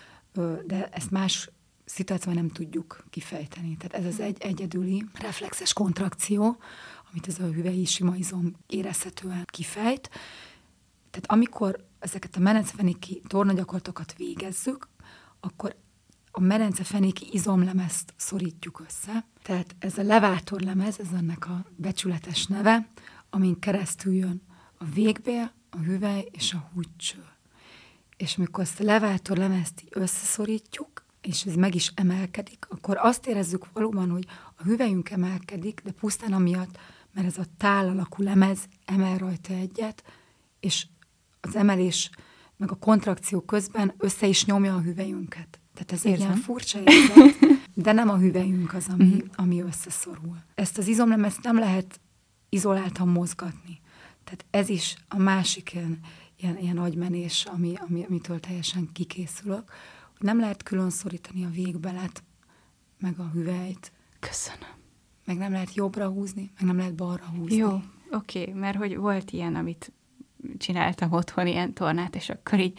de ezt más szituációban nem tudjuk kifejteni. Tehát ez az egy egyedüli reflexes kontrakció, amit ez a hüvelyi sima izom érezhetően kifejt. Tehát amikor ezeket a medencefenéki tornagyakorlatokat végezzük, akkor a medencefenéki izomlemezt szorítjuk össze. Tehát ez a levátorlemez, ez ennek a becsületes neve, amin keresztül jön a végbél, a hüvely és a húgycső. És amikor ezt a levátorlemezt összeszorítjuk, és ez meg is emelkedik, akkor azt érezzük valóban, hogy a hüvelyünk emelkedik, de pusztán amiatt, mert ez a tál alakú lemez emel rajta egyet, és az emelés meg a kontrakció közben össze is nyomja a hüvelyünket. Tehát ez egy ilyen furcsa érzet, de nem a hüvelyünk az, ami összeszorul. Ezt az izomlemezt nem lehet izoláltan mozgatni. Tehát ez is a másik ilyen agymenés, amitől teljesen kikészülök. Nem lehet külön szorítani a végbelet, meg a hüvelyt. Köszönöm. Meg nem lehet jobbra húzni, meg nem lehet balra húzni. Jó, oké, mert hogy volt ilyen, amit csináltam otthon, ilyen tornát, és akkor így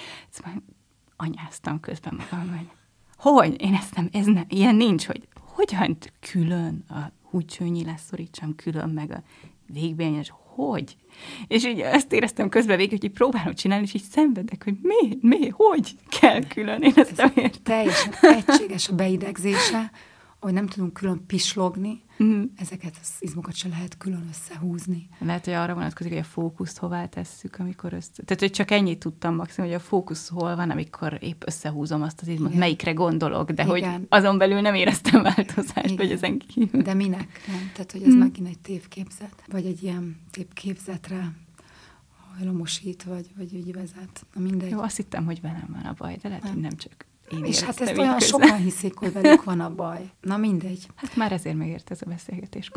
anyáztam közben magam, hogy én ez nem, ilyen nincs, hogy hogyan külön a húgycsőnyi leszorítsam külön, meg a végbényes, hogy? És így ezt éreztem közben végig, hogy így próbálom csinálni, és így szenvedek, hogy hogy kell külön, én ezt nem értem. Teljesen egységes a beidegzése, hogy nem tudunk külön pislogni, ezeket az izmokat se lehet külön összehúzni. Lehet, hogy arra vonatkozik, hogy a fókuszt hová tesszük, amikor Tehát, hogy csak ennyit tudtam maximum, hogy a fókusz hol van, amikor épp összehúzom azt az izmot, igen. Melyikre gondolok, de igen. Hogy azon belül nem éreztem változást, igen. Vagy ezen kívül. De minek? Nem? Tehát, hogy ez megint egy tévképzet, vagy egy ilyen tévképzetre hajlamosít, vagy úgy vezet. Na mindegy. Jó, azt hittem, hogy velem van a baj, de lehet, hogy nem csak én és hát ezt olyan sokan hiszik, hogy velük van a baj. Na mindegy. Hát már ezért megért ez a beszélgetés.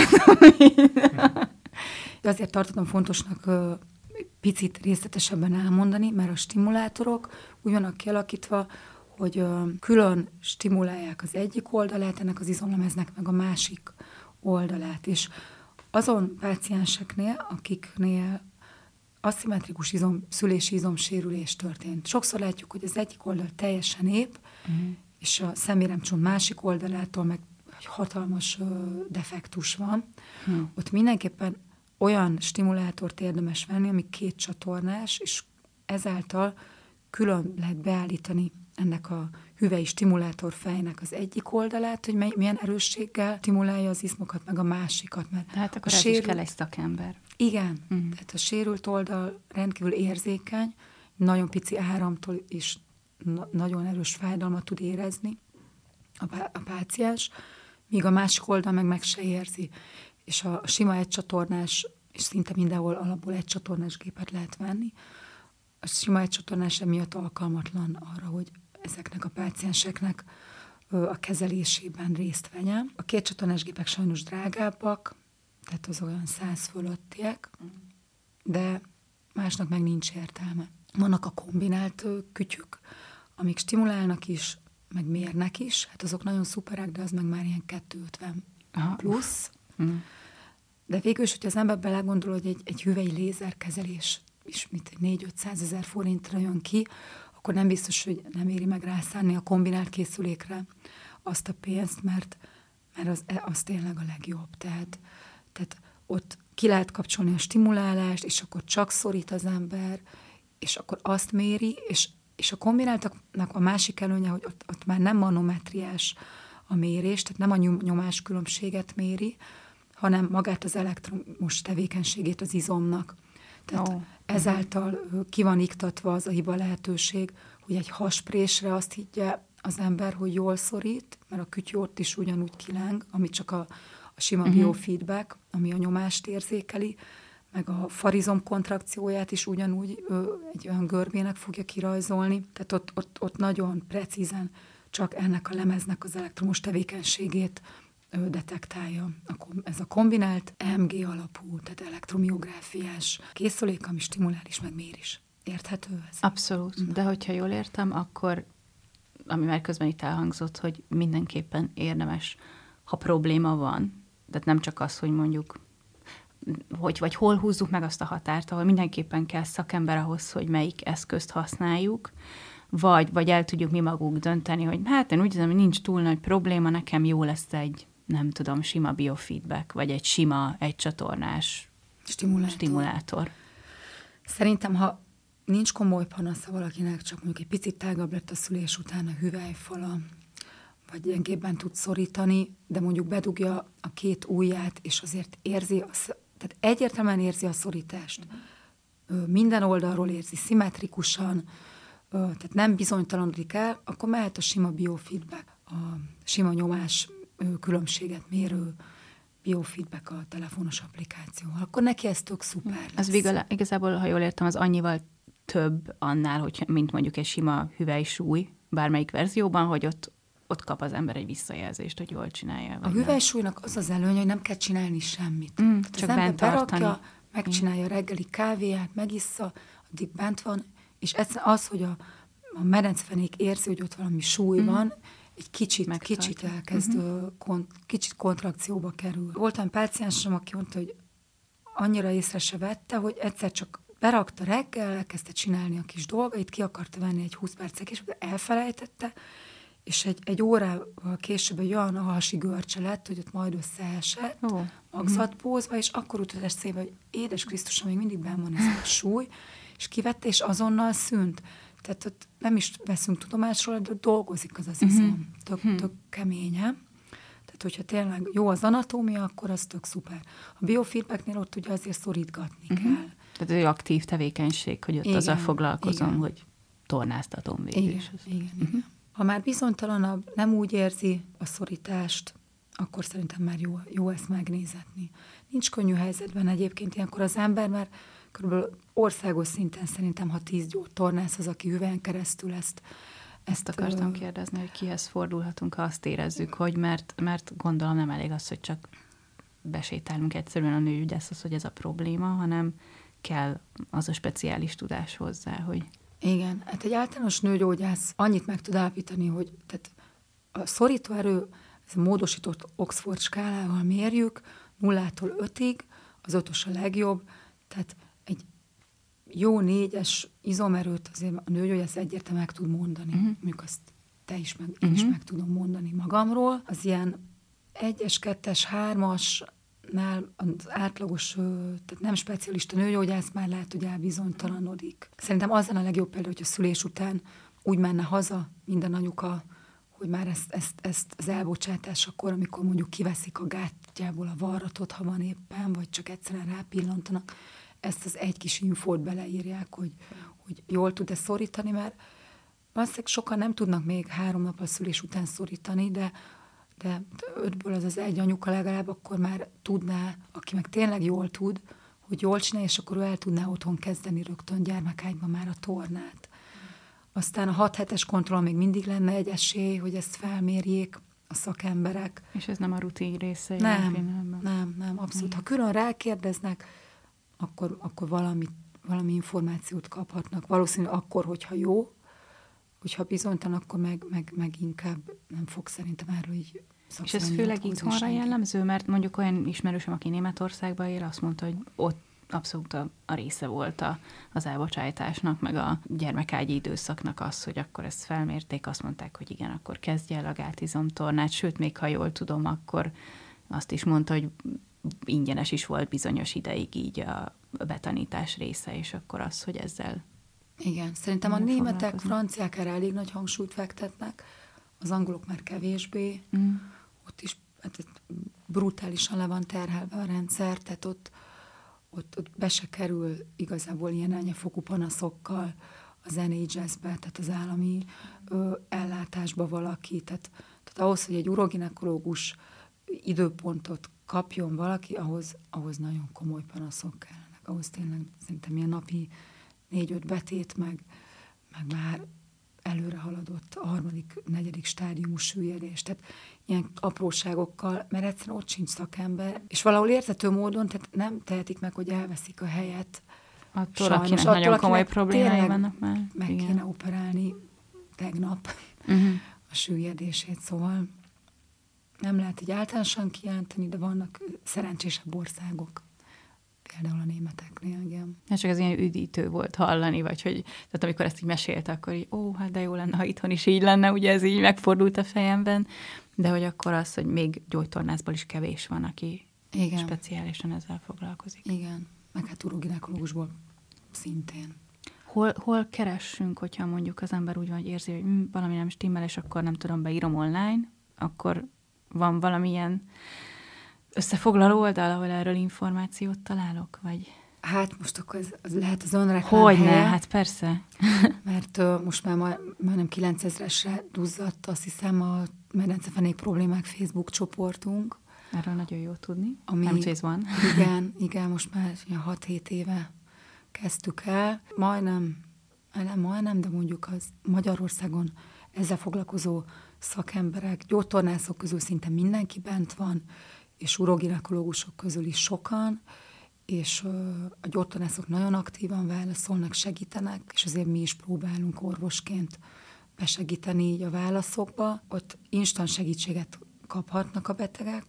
Azért tartottam fontosnak picit részletesebben elmondani, mert a stimulátorok úgy vannak kialakítva, hogy külön stimulálják az egyik oldalát, ennek az izomlemeznek meg a másik oldalát. És azon pácienseknél, akiknél aszimmetrikus szülési izomsérülés történt. Sokszor látjuk, hogy az egyik oldal teljesen épp, és a szeméremcsont másik oldalától meg egy hatalmas defektus van. Ott mindenképpen olyan stimulátort érdemes venni, ami 2 csatornás, és ezáltal külön lehet beállítani ennek a hüvelyi stimulátor fejnek az egyik oldalát, hogy milyen erősséggel stimulálja az izmokat, meg a másikat. Mert hát akkor is kell egy szakember. Igen, tehát a sérült oldal rendkívül érzékeny, nagyon pici áramtól is nagyon erős fájdalmat tud érezni a páciens, míg a másik oldal meg se érzi. És a sima egycsatornás, és szinte mindenhol alapból egycsatornás gépet lehet venni, a sima egycsatornás emiatt alkalmatlan arra, hogy ezeknek a pácienseknek a kezelésében részt vegyen. A 2 csatornás gépek sajnos drágábbak, tehát az olyan 100 fölöttiek, de másnak meg nincs értelme. Vannak a kombinált kütyük, amik stimulálnak is, meg mérnek is, hát azok nagyon szuperek, de az meg már ilyen 250 plusz. De végül is, hogyha az ember belegondol, hogy egy hüvelyi lézerkezelés is 4-500 ezer forintra jön ki, akkor nem biztos, hogy nem éri meg rászánni a kombinált készülékre azt a pénzt, mert az tényleg a legjobb. Tehát ott ki lehet kapcsolni a stimulálást, és akkor csak szorít az ember, és akkor azt méri, és a kombináltaknak a másik előnye, hogy ott már nem manometriás a mérés, tehát nem a nyomás különbséget méri, hanem magát az elektromos tevékenységét az izomnak. Tehát ezáltal ki van iktatva az a hiba lehetőség, hogy egy hasprésre azt higgye az ember, hogy jól szorít, mert a kütyű ott is ugyanúgy kileng, ami csak a sima biofeedback, ami a nyomást érzékeli, meg a farizom kontrakcióját is ugyanúgy egy olyan görbének fogja kirajzolni. Tehát ott nagyon precízen csak ennek a lemeznek az elektromos tevékenységét detektálja. Ez a kombinált EMG alapú, tehát elektromiográfiás készülék, ami stimulál is, meg mér is. Érthető ez? Abszolút. De hogyha jól értem, akkor, ami már közben itt elhangzott, hogy mindenképpen érdemes, ha probléma van, tehát nem csak az, hogy mondjuk vagy hol húzzuk meg azt a határt, ahol mindenképpen kell szakember ahhoz, hogy melyik eszközt használjuk, vagy el tudjuk mi magunk dönteni, hogy hát én úgy hiszem, hogy nincs túl nagy probléma, nekem jó lesz egy, nem tudom, sima biofeedback, vagy egy sima, egycsatornás stimulátor. Szerintem, ha nincs komoly panasza valakinek, csak mondjuk egy picit tágabb lett a szülés után a hüvelyfala, vagy gyengébben tud szorítani, de mondjuk bedugja a két ujját, és azért érzi, tehát egyértelműen érzi a szorítást. Minden oldalról érzi, szimmetrikusan, tehát nem bizonytalanodik el, akkor mehet a sima biofeedback, a sima nyomás különbséget mérő biofeedback a telefonos applikációval. Akkor neki ez tök szuper lesz. Az igazából, ha jól értem, az annyival több annál, mint mondjuk egy sima hüvelysúly bármelyik verzióban, hogy ott kap az ember egy visszajelzést, hogy jól csinálja. A hüvelysúlynak az az előnye, hogy nem kell csinálni semmit. Csak bent tartani. Berakja, megcsinálja a reggeli kávéját, megissza, addig bent van, és egyszerűen az, hogy a medencefenék érzi, hogy ott valami súly van, egy kicsit elkezd, kicsit kontrakcióba kerül. Voltam páciensem, aki mondta, hogy annyira észre se vette, hogy egyszer csak berakta reggel, elkezdte csinálni a kis dolgait, ki akarta venni egy 20 percig, és elfelejtette, és egy órával később egy olyan alhasi görcse lett, hogy ott majd összeesett, magzatpózva, és akkor jutott eszébe, hogy édes Krisztusom, még mindig benn van ez a súly, és kivette, és azonnal szűnt. Tehát ott nem is veszünk tudomásról, de dolgozik az izom. Tök keménye. Tehát, hogyha tényleg jó az anatómia, akkor az tök szuper. A biofeedbacknél ott ugye azért szorítgatni kell. Tehát egy aktív tevékenység, hogy ott azzal foglalkozom, hogy tornáztatom végül is. Igen. Ha már bizonytalanabb, nem úgy érzi a szorítást, akkor szerintem már jó ezt megnézetni. Nincs könnyű helyzetben egyébként ilyenkor az ember, mert körülbelül országos szinten szerintem, ha 10 tornász az, aki hüvelyen keresztül ezt akartam kérdezni, hogy kihez fordulhatunk, ha azt érezzük, hogy mert gondolom nem elég az, hogy csak besétálunk egyszerűen a nőgyógyászhoz, hogy ez a probléma, hanem kell az a speciális tudás hozzá, hogy... Igen, hát egy általános nőgyógyász annyit meg tud állapítani, hogy tehát a szorítóerő, ez a módosított Oxford skálával mérjük, 0-tól 5-ig, az 5-ös a legjobb, tehát egy jó 4-es izomerőt azért a nőgyógyász egyértelműen meg tud mondani. Mondjuk azt te is, meg én is meg tudom mondani magamról. Az ilyen 1-es, 2-es, 3-asnál az átlagos, tehát nem specialista nőgyógyász már lehet, hogy elbizonytalanodik. Szerintem az lenne a legjobb példa, hogy a szülés után úgy menne haza minden anyuka, hogy már ezt az elbocsátásakor, amikor mondjuk kiveszik a gátjából a varratot, ha van éppen, vagy csak egyszerűen rápillantanak, ezt az egy kis infót beleírják, hogy jól tud-e szorítani, mert valószínűleg sokan nem tudnak még 3 nap a szülés után szorítani, de 5-ből az egy anyuka legalább akkor már tudná, aki meg tényleg jól tud, hogy jól csinálja, és akkor ő el tudná otthon kezdeni rögtön gyermekágyban már a tornát. Aztán a 6 hetes kontroll még mindig lenne egy esély, hogy ezt felmérjék a szakemberek. És ez nem a rutin része? Nem, abszolút. Ha külön rákérdeznek, akkor valami információt kaphatnak. Valószínűleg akkor, hogyha jó, hogyha bizonytalan, akkor meg inkább nem fog szerintem erről így És ez főleg itthonra jellemző, mert mondjuk olyan ismerősöm, aki Németországban él, azt mondta, hogy ott abszolút a része volt az elbocsájtásnak, meg a gyermekágyi időszaknak az, hogy akkor ezt felmérték, azt mondták, hogy igen, akkor kezdje el a gátizomtornát, sőt, még ha jól tudom, akkor azt is mondta, hogy ingyenes is volt bizonyos ideig így a betanítás része, és akkor az, hogy ezzel... Igen, szerintem a németek, franciák erre elég nagy hangsúlyt fektetnek, az angolok már kevésbé, ott is brutálisan le van terhelve a rendszer, tehát ott ott be se kerül igazából ilyen enyhefokú panaszokkal az NHS-be, tehát az állami ellátásba valaki. Tehát ahhoz, hogy egy uroginekológus időpontot kapjon valaki, ahhoz nagyon komoly panaszok kellene. Ahhoz tényleg szerintem ilyen napi 4-5 betét, meg már előre haladott a 3.-4. stádiumú süllyedés. Tehát ilyen apróságokkal, mert egyszerűen ott sincs szakember, és valahol érthető módon, tehát nem tehetik meg, hogy elveszik a helyet. Attól, akinek nagyon komoly problémái vannak már. Meg kéne operálni tegnap a süllyedését, szóval nem lehet így általánosan kijelenteni, de vannak szerencsésebb országok. Például a németeknél, igen. Ez csak az ilyen üdítő volt hallani, vagy hogy, tehát amikor ezt így mesélte, akkor így, hát de jó lenne, ha itthon is így lenne, ugye ez így megfordult a fejemben, de hogy akkor az, hogy még gyógytornászból is kevés van, aki speciálisan ezzel foglalkozik. Igen, meg hát uroginekológusból szintén. Hol keressünk, hogyha mondjuk az ember úgy van, hogy érzi, hogy valami nem stimmel, és akkor nem tudom, beírom online, akkor van valamilyen összefoglaló oldal, ahol erről információt találok, vagy? Hát most akkor az lehet az önreklám Hogyne, hát persze. Mert most már majdnem 9000-esre duzzadt, azt hiszem, a Medencefenék problémák Facebook csoportunk. Erről nagyon jó tudni, nem ez van. Igen, most már 6-7 éve kezdtük el. Majdnem, de mondjuk az Magyarországon ezzel foglalkozó szakemberek, gyógytornászok közül szinte mindenki bent van, és uroginekológusok közül is sokan, és a gyógytornászok nagyon aktívan válaszolnak, segítenek, és azért mi is próbálunk orvosként besegíteni így a válaszokba. Ott instant segítséget kaphatnak a betegek,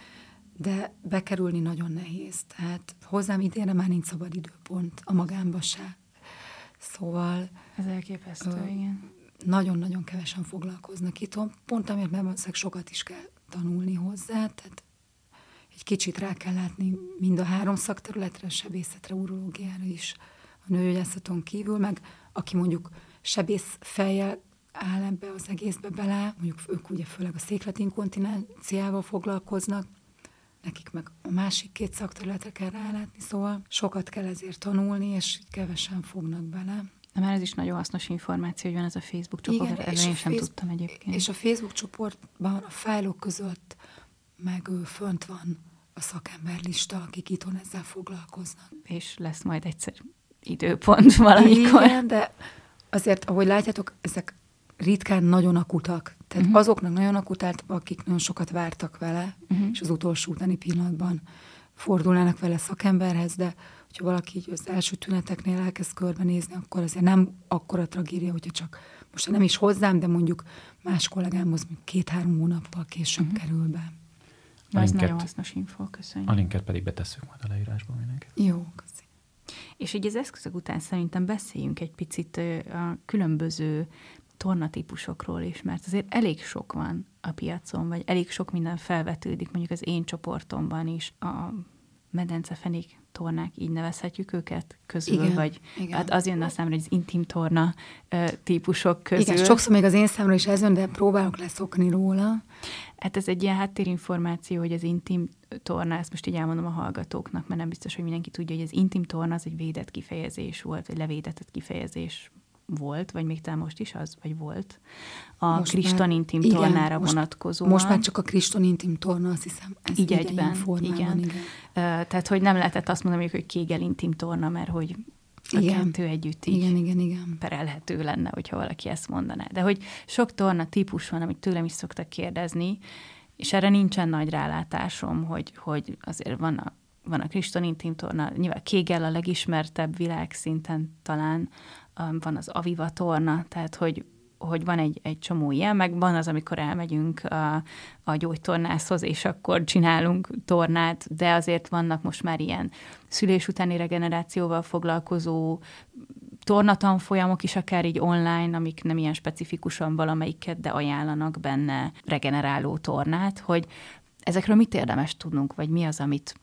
de bekerülni nagyon nehéz. Tehát hozzám idénre már nincs szabad időpont, a magánba se. Szóval... Ez elképesztő, igen. Nagyon-nagyon kevesen foglalkoznak itt. Pont amiatt, mert sokat is kell tanulni hozzá, tehát egy kicsit rá kell látni mind a 3 szakterületre, sebészetre, urológiára is, a nőgyógyászaton kívül, meg aki mondjuk sebész fejjel áll ebbe az egészbe bele, mondjuk ők ugye főleg a székletinkontinenciával foglalkoznak, nekik meg a másik 2 szakterületre kell rálátni, szóval sokat kell ezért tanulni, és kevesen fognak bele. De már ez is nagyon hasznos információ, hogy van ez a Facebook csoport, erről én sem tudtam egyébként. És a Facebook csoportban a fájlok között meg fönt van a szakemberlista, akik itthon ezzel foglalkoznak. És lesz majd egyszer időpont valamikor. Igen, de azért, ahogy látjátok, ezek ritkán nagyon akutak. Tehát azoknak nagyon akutát, akik nagyon sokat vártak vele, és az utolsó utáni pillanatban fordulnának vele szakemberhez, de hogyha valaki így az első tüneteknél elkezd körbenézni, akkor azért nem akkora tragédia, hogyha csak most nem is hozzám, de mondjuk más kollégámhoz 2-3 hónappal később kerül be. Ez nagyon hasznos info, köszönjük. A linket pedig betesszük majd a leírásba mindenket. Jó, köszönjük. És így az eszközök után szerintem beszéljünk egy picit a különböző tornatípusokról is, mert azért elég sok van a piacon, vagy elég sok minden felvetődik, mondjuk az én csoportomban is. A medencefenék tornák, így nevezhetjük őket közül, igen, vagy igen. Hát az jön a számra, hogy az intim torna típusok közül. Igen, sokszor még az én számra is ez jön, de próbálok leszokni róla. Hát ez egy ilyen háttérinformáció, hogy az intim torna, ezt most így elmondom a hallgatóknak, mert nem biztos, hogy mindenki tudja, hogy az intim torna az egy védett kifejezés volt, vagy levédetett kifejezés volt, vagy még talán most is az, vagy volt, a Kriston intim tornára vonatkozóan. Most már csak a Kriston intim torna, azt hiszem. Ez így egyben, igen. Tehát, hogy nem lehetett azt mondani, hogy Kégel intim torna, mert hogy a kettő együtt így igen. perelhető lenne, hogyha valaki ezt mondaná. De hogy sok torna típus van, amit tőlem is szoktak kérdezni, és erre nincsen nagy rálátásom, hogy azért van a Kriston intim torna, nyilván Kégel a legismertebb világszinten talán, van az Aviva torna, tehát hogy van egy csomó ilyen, meg van az, amikor elmegyünk a gyógytornászhoz, és akkor csinálunk tornát, de azért vannak most már ilyen szülés utáni regenerációval foglalkozó tornatanfolyamok is, akár így online, amik nem ilyen specifikusan valamelyiket, de ajánlanak benne regeneráló tornát, hogy ezekről mit érdemes tudnunk, vagy mi az,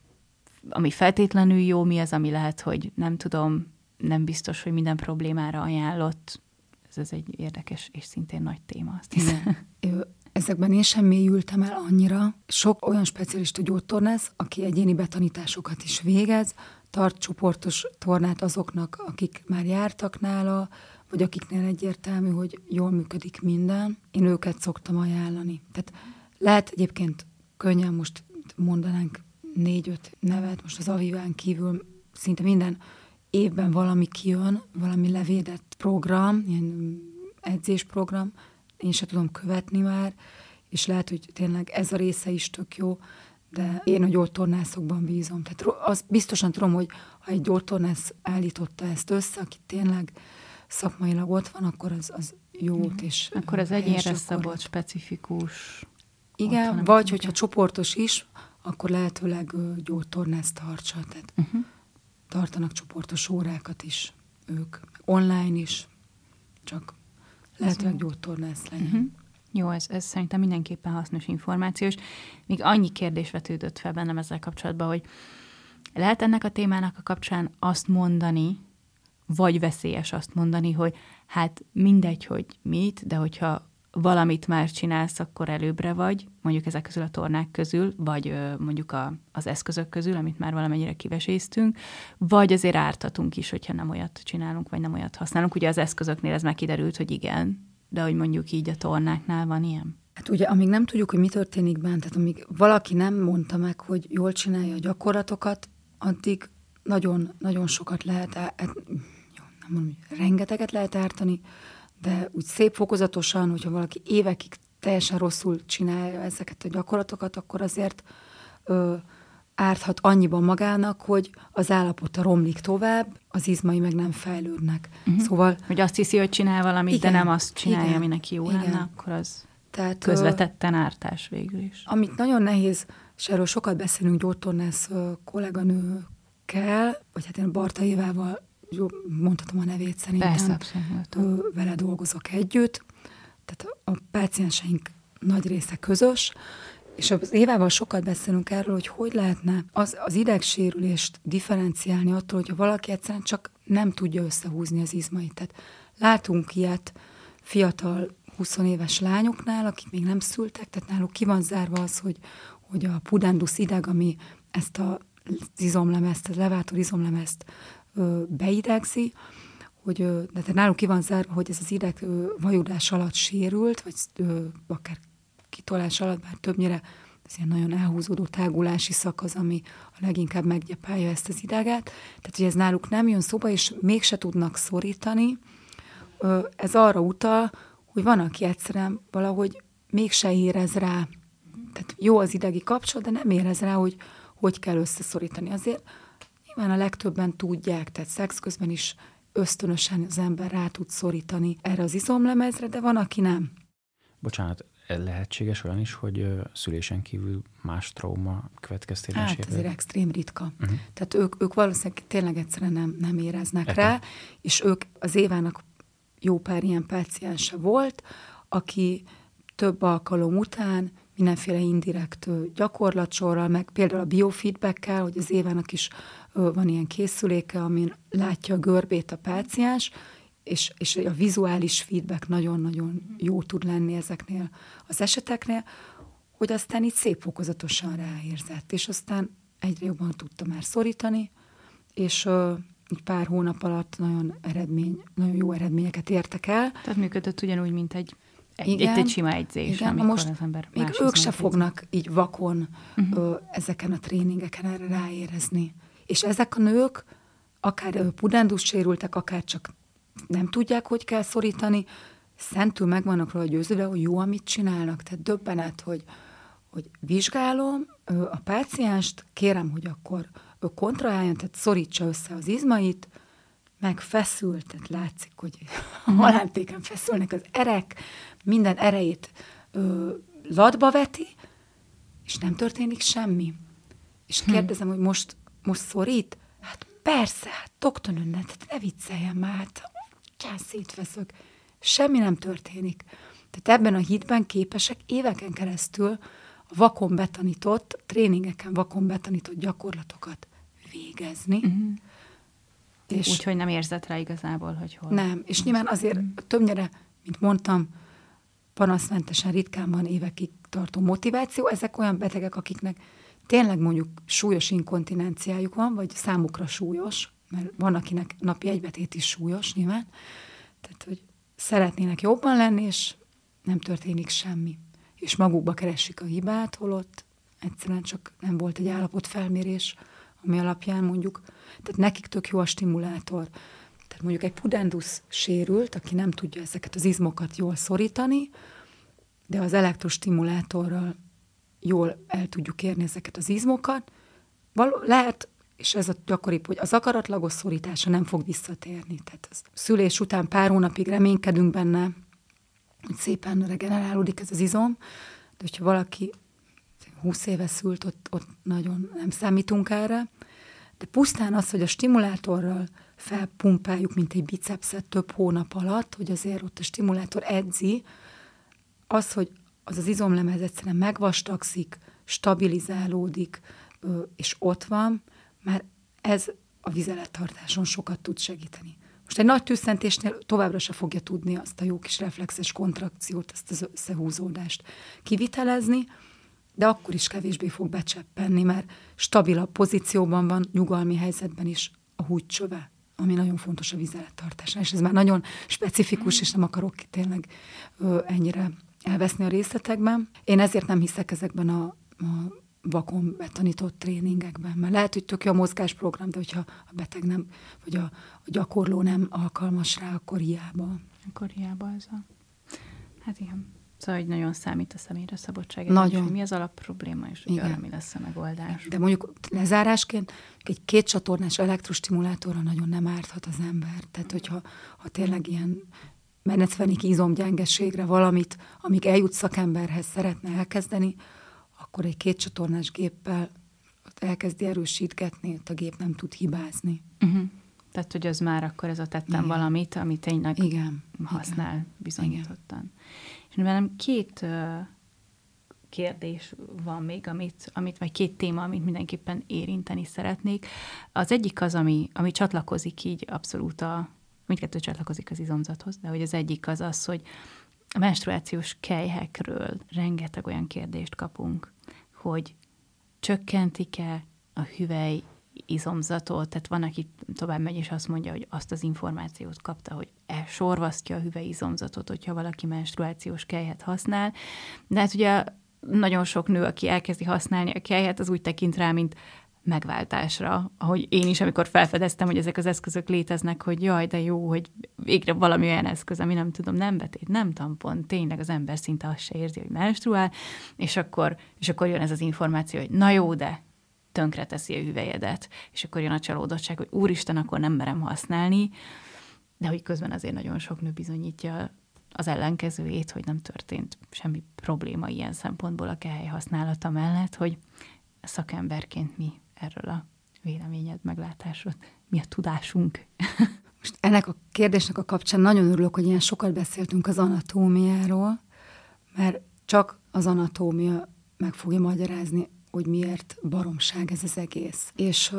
ami feltétlenül jó, mi az, ami lehet, hogy nem tudom, nem biztos, hogy minden problémára ajánlott. Ez egy érdekes és szintén nagy téma, azt hiszem. Ezekben én sem mélyültem el annyira. Sok olyan specialista gyógytornász, aki egyéni betanításokat is végez, tart csoportos tornát azoknak, akik már jártak nála, vagy akiknél egyértelmű, hogy jól működik minden. Én őket szoktam ajánlani. Tehát lehet egyébként könnyen, most mondanánk 4-5 nevet, most az Aviván kívül szinte minden évben valami kijön, valami levédett program, ilyen edzésprogram, én se tudom követni már, és lehet, hogy tényleg ez a része is tök jó, de én a gyógytornászokban bízom. Tehát azt biztosan tudom, hogy ha egy gyógytornász állította ezt össze, aki tényleg szakmailag ott van, akkor az jó. És akkor az egyénre szabott, specifikus. Igen, vagy hogyha csoportos is, akkor lehetőleg gyógytornász tartsa. Tehát tartanak csoportos órákat is ők. Online is, csak lehetőleg gyógytornász legyen. Jó, ez szerintem mindenképpen hasznos információ, és még annyi kérdés vetődött fel bennem ezzel kapcsolatban, hogy lehet ennek a témának a kapcsán azt mondani, vagy veszélyes azt mondani, hogy hát mindegy, hogy mit, de hogyha valamit már csinálsz, akkor előbbre vagy, mondjuk ezek közül a tornák közül, vagy mondjuk az eszközök közül, amit már valamennyire kiveséztünk, vagy azért ártatunk is, hogyha nem olyat csinálunk, vagy nem olyat használunk. Ugye az eszközöknél ez már kiderült, hogy igen, de hogy mondjuk így a tornáknál van ilyen? Hát ugye, amíg nem tudjuk, hogy mi történik bent, tehát amíg valaki nem mondta meg, hogy jól csinálja a gyakorlatokat, addig nagyon, nagyon sokat lehet, nem mondom, hogy rengeteget lehet ártani, de úgy szép fokozatosan, hogyha valaki évekig teljesen rosszul csinálja ezeket a gyakorlatokat, akkor azért árthat annyiban magának, hogy az állapota romlik tovább, az izmai meg nem fejlődnek. Szóval, hogy azt hiszi, hogy csinál valamit, igen, de nem azt csinálja, ami neki jó lenne, akkor az tehát, közvetetten ártás végül is. Amit nagyon nehéz, és erről sokat beszélünk gyógytornász kolléganőkkel, vagy hát én Barta Évával, mondhatom a nevét szerintem, persze, vele dolgozok együtt, tehát a pácienseink nagy része közös, és az Évával sokat beszélünk erről, hogy lehetne az idegsérülést differenciálni attól, hogyha valaki egyszerűen csak nem tudja összehúzni az izmait. Tehát látunk ilyet fiatal 20 éves lányoknál, akik még nem szültek, tehát náluk ki van zárva az, hogy a pudendus ideg, ami ezt az izomlemezt, a levátor izomlemezt beidegzi, de tehát náluk ki van zárva, hogy ez az ideg vajudás alatt sérült, vagy akár kitolás alatt, bár többnyire ez ilyen nagyon elhúzódó tágulási szakasz, ami a leginkább meggyepálja ezt az ideget. Tehát, hogy ez náluk nem jön szóba, és mégse tudnak szorítani. Ez arra utal, hogy van, aki egyszerűen valahogy mégse érez rá. Tehát jó az idegi kapcsolat, de nem érez rá, hogy kell összeszorítani. Azért nyilván a legtöbben tudják, tehát szex közben is ösztönösen az ember rá tud szorítani erre az izomlemezre, de van, aki nem. Bocsánat, lehetséges olyan is, hogy szülésen kívül más trauma következtében sérül? Hát azért extrém ritka. Tehát ők valószínűleg tényleg egyszerűen nem éreznek rá, és ők az Évának jó pár ilyen páciense volt, aki több alkalom után mindenféle indirekt gyakorlatsorral, meg például a biofeedbackkel, hogy az Évának is van ilyen készüléke, amin látja a görbét a páciens, és a vizuális feedback nagyon-nagyon jó tud lenni ezeknél az eseteknél, hogy aztán így szép fokozatosan ráérzett, és aztán egyre jobban tudta már szorítani, és így pár hónap alatt nagyon jó eredményeket értek el. Tehát működött ugyanúgy, mint egy sima edzés, igen, amikor most az ember még ők se fognak így vakon ezeken a tréningeken erre ráérezni. És ezek a nők akár pudendus sérültek, akár csak nem tudják, hogy kell szorítani, szentül meg vannak róla győződve, hogy jó, amit csinálnak. Tehát döbbenet, hogy vizsgálom a pácienst, kérem, hogy akkor kontraháljon, tehát szorítsa össze az izmait, meg feszül, tehát látszik, hogy a halántéken feszülnek az erek, minden erejét latba veti, és nem történik semmi. És kérdezem, hogy most szorít? Hát persze, hát doktornő, ne vicceljen már, hát szétfeszök. Semmi nem történik. Tehát ebben a hitben képesek éveken keresztül a vakon betanított, tréningeken vakon betanított gyakorlatokat végezni. Úgyhogy nem érzett rá igazából, hogy hol. Nem, és nyilván azért többnyire, mint mondtam, panaszmentesen ritkán van évekig tartó motiváció. Ezek olyan betegek, akiknek tényleg mondjuk súlyos inkontinenciájuk van, vagy számukra súlyos, mert van, akinek napi egybetét is súlyos nyilván, tehát, hogy szeretnének jobban lenni, és nem történik semmi. És magukba keresik a hibát, holott egyszerűen csak nem volt egy állapotfelmérés, ami alapján mondjuk, tehát nekik tök jó a stimulátor. Tehát mondjuk egy pudendus sérült, aki nem tudja ezeket az izmokat jól szorítani, de az elektrostimulátorral jól el tudjuk érni ezeket az izmokat. Lehet, és ez a gyakoribb, hogy az akaratlagos szorítása nem fog visszatérni. Tehát az szülés után pár hónapig reménykedünk benne, hogy szépen regenerálódik ez az izom, de hogyha valaki 20 éve szült, ott nagyon nem számítunk erre, de pusztán az, hogy a stimulátorral felpumpáljuk, mint egy bicepszet több hónap alatt, hogy azért ott a stimulátor edzi, az, hogy az izomlemez egyszerűen megvastagszik, stabilizálódik, és ott van, már ez a vizelettartáson sokat tud segíteni. Most egy nagy tüsszentésnél továbbra se fogja tudni azt a jó kis reflexes kontrakciót, ezt az összehúzódást kivitelezni, de akkor is kevésbé fog becseppenni, mert stabilabb pozícióban van, nyugalmi helyzetben is a húgycsöve, ami nagyon fontos a vizelettartásnál. És ez már nagyon specifikus, és nem akarok tényleg ennyire elveszni a részletekben. Én ezért nem hiszek ezekben a vakon betanított tréningekben, mert lehet, hogy tök jó a mozgásprogram, de hogyha a beteg nem, vagy a gyakorló nem alkalmas rá, akkor hiába. Akkor hiába ez a... Hát igen. Szóval, hogy nagyon számít a személyre szabadság. Nagyon. Hogy mi az alapprobléma, és hogy arra mi lesz a megoldás. De mondjuk lezárásként egy 2 csatornás elektrostimulátorra nagyon nem árthat az ember. Tehát, hogyha tényleg ilyen menecvenik izomgyengeségre valamit, amíg eljut szakemberhez szeretne elkezdeni, akkor egy 2 csatornás géppel ott elkezdi erősítgetni, ott a gép nem tud hibázni. Tehát, hogy az már akkor ez a tettem valamit, amit tényleg használ bizonyítottan. Igen. És velem 2 kérdés van még, vagy 2 téma, amit mindenképpen érinteni szeretnék. Az egyik az, ami csatlakozik így abszolút mindkettő csatlakozik az izomzathoz, de hogy az egyik az, hogy a menstruációs kelyhekről rengeteg olyan kérdést kapunk, hogy csökkentik-e a hüvely izomzatot, tehát van, aki tovább megy, és azt mondja, hogy azt az információt kapta, hogy sorvasztja a hüvely izomzatot, hogyha valaki menstruációs kelyhet használ. De hát ugye nagyon sok nő, aki elkezdi használni a kelyhet, az úgy tekint rá, mint megváltásra, ahogy én is, amikor felfedeztem, hogy ezek az eszközök léteznek, hogy jaj, de jó, hogy végre valami olyan eszköz, ami nem tudom, nem betét, nem tampon, tényleg az ember szinte azt se érzi, hogy menstruál, és akkor jön ez az információ, hogy na jó, de tönkreteszi a hüvelyedet, és akkor jön a csalódottság, hogy úristen, akkor nem merem használni, de hogy közben azért nagyon sok nő bizonyítja az ellenkezőjét, hogy nem történt semmi probléma ilyen szempontból a kehely használata mellett, hogy szakemberként mi erről a véleményed, meglátásod, mi a tudásunk? Most ennek a kérdésnek a kapcsán nagyon örülök, hogy ilyen sokat beszéltünk az anatómiáról, mert csak az anatómia meg fogja magyarázni, hogy miért baromság ez az egész. És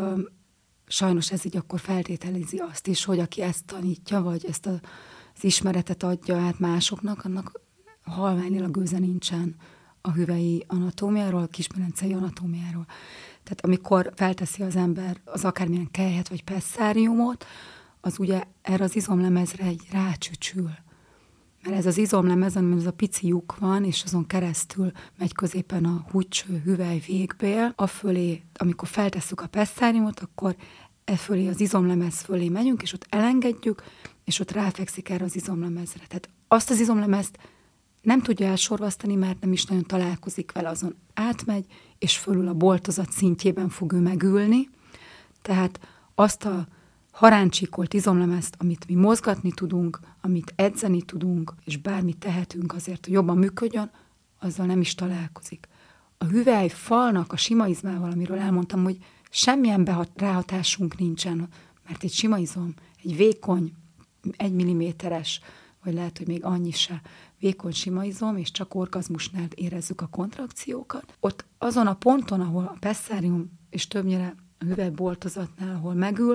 sajnos ez így akkor feltételezi azt is, hogy aki ezt tanítja, vagy ezt az ismeretet adja át másoknak, annak halványilag gőze nincsen a hüvelyi anatómiáról, a kismedencei anatómiáról. Tehát amikor felteszi az ember az akármilyen kelyhet vagy pesszáriumot, az ugye erre az izomlemezre egy rácsücsül. Mert ez az izomlemez, amiben ez a pici lyuk van, és azon keresztül megy középen a húgycső hüvely végbél, afölé, amikor feltesszük a pesszáriumot, akkor fölé, az izomlemez fölé megyünk, és ott elengedjük, és ott ráfekszik erre az izomlemezre. Tehát azt az izomlemezt nem tudja elsorvasztani, mert nem is nagyon találkozik vele, azon átmegy, és fölül a boltozat szintjében fog ő megülni. Tehát azt a haráncsíkolt izomlemezt, amit mi mozgatni tudunk, amit edzeni tudunk, és bármit tehetünk azért, hogy jobban működjön, azzal nem is találkozik. A hüvely falnak a sima izmával, amiről elmondtam, hogy semmilyen ráhatásunk nincsen, mert egy sima izom, egy vékony, 1 milliméteres, vagy lehet, hogy még annyi se, vékony sima izom, és csak orgazmusnál érezzük a kontrakciókat. Ott azon a ponton, ahol a pesszárium, és többnyire a hüvelyboltozatnál, ahol megül,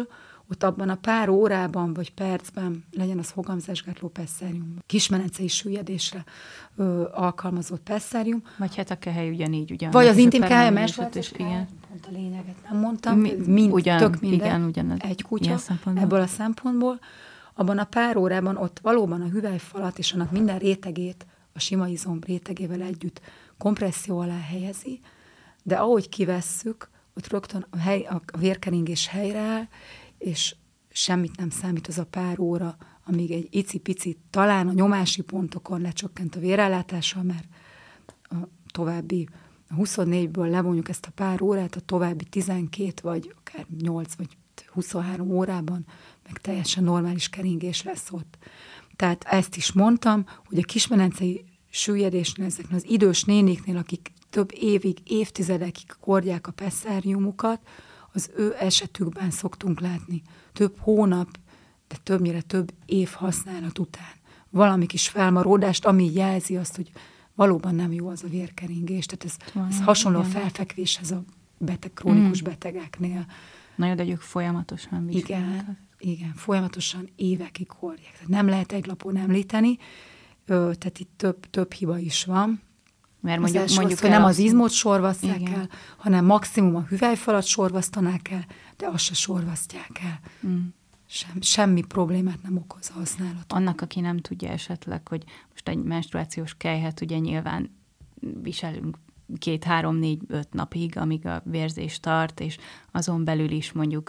ott abban a pár órában vagy percben, legyen az fogamzásgátló pesszárium, kismenencei süllyedésre alkalmazott pesszárium. Vagy hát a kehely ugyanígy. Vagy az intim kehely, igen. Pont a lényeget nem mondtam. Tök minden, ugyanaz, egy kutya ebből a szempontból. Abban a pár órában ott valóban a hüvelyfalat és annak minden rétegét a sima izom rétegével együtt kompresszió alá helyezi, de ahogy kivesszük, ott rögtön a vérkeringés helyreáll, és semmit nem számít az a pár óra, amíg egy icipici, talán a nyomási pontokon lecsökkent a vérellátással, mert a további 24-ből levonjuk ezt a pár órát, a további 12 vagy akár 8 vagy 23 órában meg teljesen normális keringés lesz ott. Tehát ezt is mondtam, hogy a kismenencei süllyedésnél, ezeknél az idős néniknél, akik több évig, évtizedekig kordják a pesszáriumukat, az ő esetükben szoktunk látni több hónap, de többnyire több év használat után valami kis felmaródást, ami jelzi azt, hogy valóban nem jó az a vérkeringés. Tehát ez hasonló a felfekvéshez a krónikus betegeknél. Na jó, de ők folyamatosan vizsgálnak. Igen, folyamatosan évekig hordják. Tehát nem lehet egy lapon említeni, tehát itt több hiba is van. Mert mondjuk hogy nem az izmot sorvasztják el, hanem maximum a hüvelyfalat sorvasztanák el, de azt se sorvasztják el. Semmi problémát nem okoz a használat. Annak, aki nem tudja esetleg, hogy most egy menstruációs kelyhet ugye nyilván viselünk 2, 3, 4, 5 napig, amíg a vérzés tart, és azon belül is mondjuk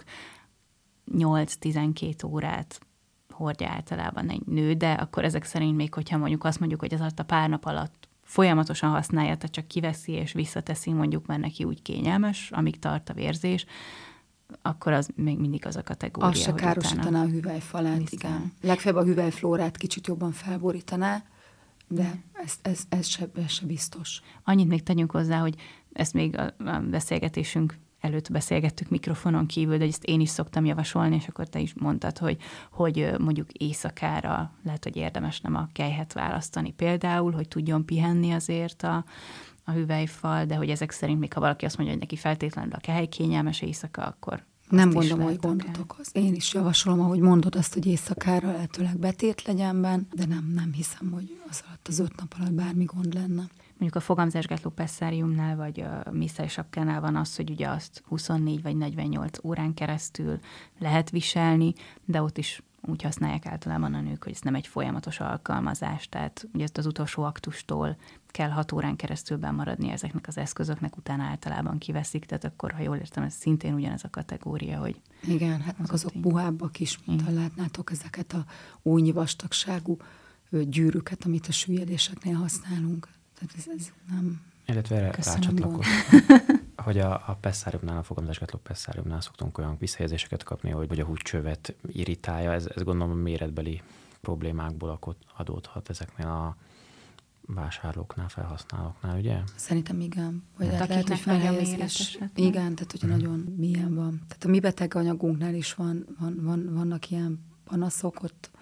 8-12 órát hordja általában egy nő, de akkor ezek szerint még, hogyha mondjuk azt mondjuk, hogy ez alatt a pár nap alatt folyamatosan használja, tehát csak kiveszi és visszateszi, mondjuk, mert neki úgy kényelmes, amíg tart a vérzés, akkor az még mindig az a kategória. Az se károsítaná a hüvelyfalát, igen. Legfeljebb a hüvelyflórát kicsit jobban felborítaná, de ez se biztos. Annyit még tegyünk hozzá, hogy ezt még a beszélgetésünk előtt beszélgettük mikrofonon kívül, de ezt én is szoktam javasolni, és akkor te is mondtad, hogy mondjuk éjszakára lehet, hogy érdemes nem a kelyhet választani például, hogy tudjon pihenni azért a hüvelyfal, de hogy ezek szerint még ha valaki azt mondja, hogy neki feltétlenül a kehely kényelmes éjszaka, akkor nem gondolom, hogy gondot okoz. Én is javasolom, ahogy mondod azt, hogy éjszakára lehetőleg betét legyen benne, de nem hiszem, hogy az alatt az 5 nap alatt bármi gond lenne. Mondjuk a fogamzásgátló pesszáriumnál, vagy a mészei sapkánál van az, hogy ugye azt 24 vagy 48 órán keresztül lehet viselni, de ott is úgy használják általában a nők, hogy ez nem egy folyamatos alkalmazás, tehát ugye ezt az utolsó aktustól kell 6 órán keresztül bennmaradni ezeknek az eszközöknek, utána általában kiveszik, tehát akkor, ha jól értem, ez szintén ugyanez a kategória, hogy... Igen, hát meg azok puhábbak is, mintha látnátok ezeket a újnyi vastagságú gyűrűket, amit a süllyedéseknél használunk. Tehát ez nem... Illetve erre rácsatlakozom, hogy a pesszáriumnál, a fogamzásgátló pesszáriumnál szoktunk olyan visszajelzéseket kapni, hogy a húscsövet irritálja. Ez gondolom méretbeli problémákból adódhat ezeknél a vásárlóknál, felhasználóknál, ugye? Szerintem igen. Vagy lehet, hogy felhelyezés. Igen, tehát hogyha nagyon milyen van. Tehát a mi beteg anyagunknál is vannak ilyen panaszok,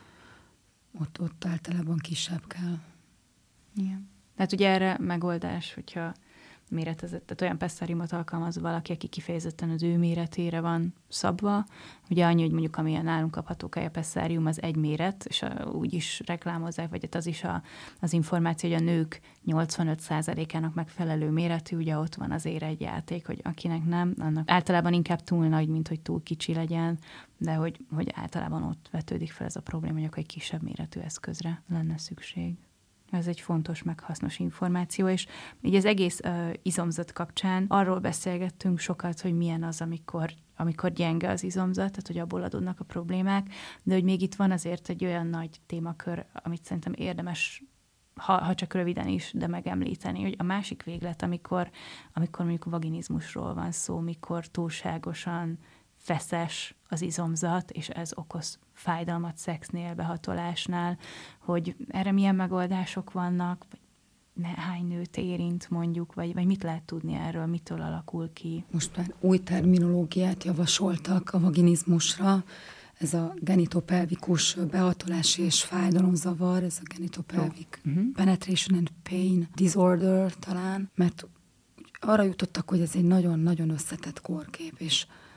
ott általában kisebb kell. Igen. Tehát ugye erre megoldás, hogyha méretezett, tehát olyan pesszáriumot alkalmaz valaki, aki kifejezetten az ő méretére van szabva. Ugye annyi, hogy mondjuk amilyen nálunk kapható kajapesszárium, az egy méret, és úgy is reklámozzák, vagy az is az információ, hogy a nők 85%-ának megfelelő méretű, ugye ott van azért egy játék, hogy akinek nem, annak általában inkább túl nagy, mint hogy túl kicsi legyen, de hogy általában ott vetődik fel ez a probléma, hogy akkor egy kisebb méretű eszközre lenne szükség. Ez egy fontos, meg hasznos információ, és így az egész izomzat kapcsán arról beszélgettünk sokat, hogy milyen az, amikor gyenge az izomzat, tehát hogy abból adódnak a problémák, de hogy még itt van azért egy olyan nagy témakör, amit szerintem érdemes, ha csak röviden is, de megemlíteni, hogy a másik véglet, amikor mondjuk vaginizmusról van szó, mikor túlságosan feszes az izomzat, és ez okoz fájdalmat szexnél, behatolásnál, hogy erre milyen megoldások vannak, vagy hány nőt érint mondjuk, vagy mit lehet tudni erről, mitől alakul ki? Most már új terminológiát javasoltak a vaginizmusra, ez a genitopelvikus behatolási és fájdalomzavar, ez a genitopelvic penetration and pain disorder talán, mert arra jutottak, hogy ez egy nagyon-nagyon összetett kórkép, és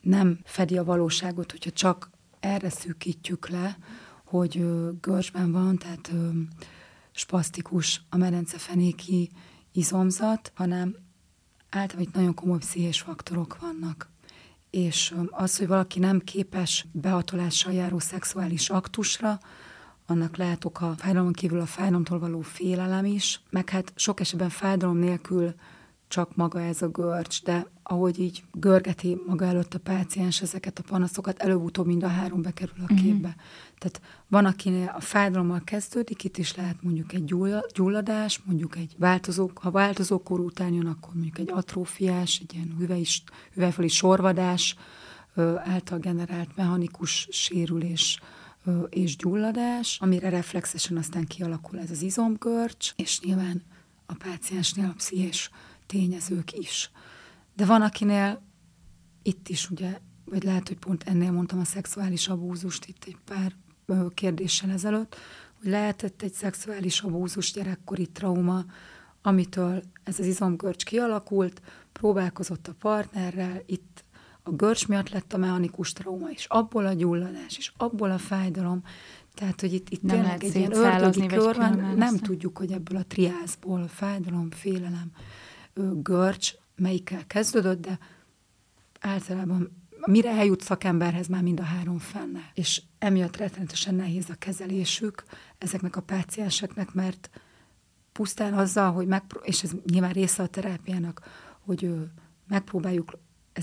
nem fedi a valóságot, hogyha csak erre szűkítjük le, hogy görcsben van, tehát spasztikus a medencefenéki izomzat, hanem általában itt nagyon komoly pszichés faktorok vannak. És az, hogy valaki nem képes behatolással járó szexuális aktusra, annak lehet oka fájdalmon kívül a fájdalomtól való félelem is, meg hát sok esetben fájdalom nélkül csak maga ez a görcs, de ahogy így görgeti maga előtt a páciens ezeket a panaszokat, előbb-utóbb mind a három bekerül a képbe. Tehát van, akinél a fájdalommal kezdődik, itt is lehet mondjuk egy gyulladás, mondjuk egy ha változókor után jön, akkor mondjuk egy atrófiás, egy ilyen hüvelyfali sorvadás által generált mechanikus sérülés és gyulladás, amire reflexesen aztán kialakul ez az izomgörcs, és nyilván a páciensnél a pszichés tényezők is. De van, akinél itt is ugye, vagy lehet, hogy pont ennél mondtam a szexuális abúzust itt egy pár kérdéssel ezelőtt, hogy lehetett egy szexuális abúzus gyerekkori trauma, amitől ez az izomgörcs kialakult, próbálkozott a partnerrel, itt a görcs miatt lett a mechanikus trauma, és abból a gyulladás, és abból a fájdalom, tehát, hogy itt tényleg egy ilyen ördögi kör van, nem tudjuk, hogy ebből a triászból fájdalom, félelem, görcs, melyikkel kezdődött, de általában mire eljut szakemberhez, már mind a három fenne. És emiatt rettenetesen nehéz a kezelésük ezeknek a pácienseknek, mert pusztán azzal, hogy és ez nyilván része a terápiának, hogy megpróbáljuk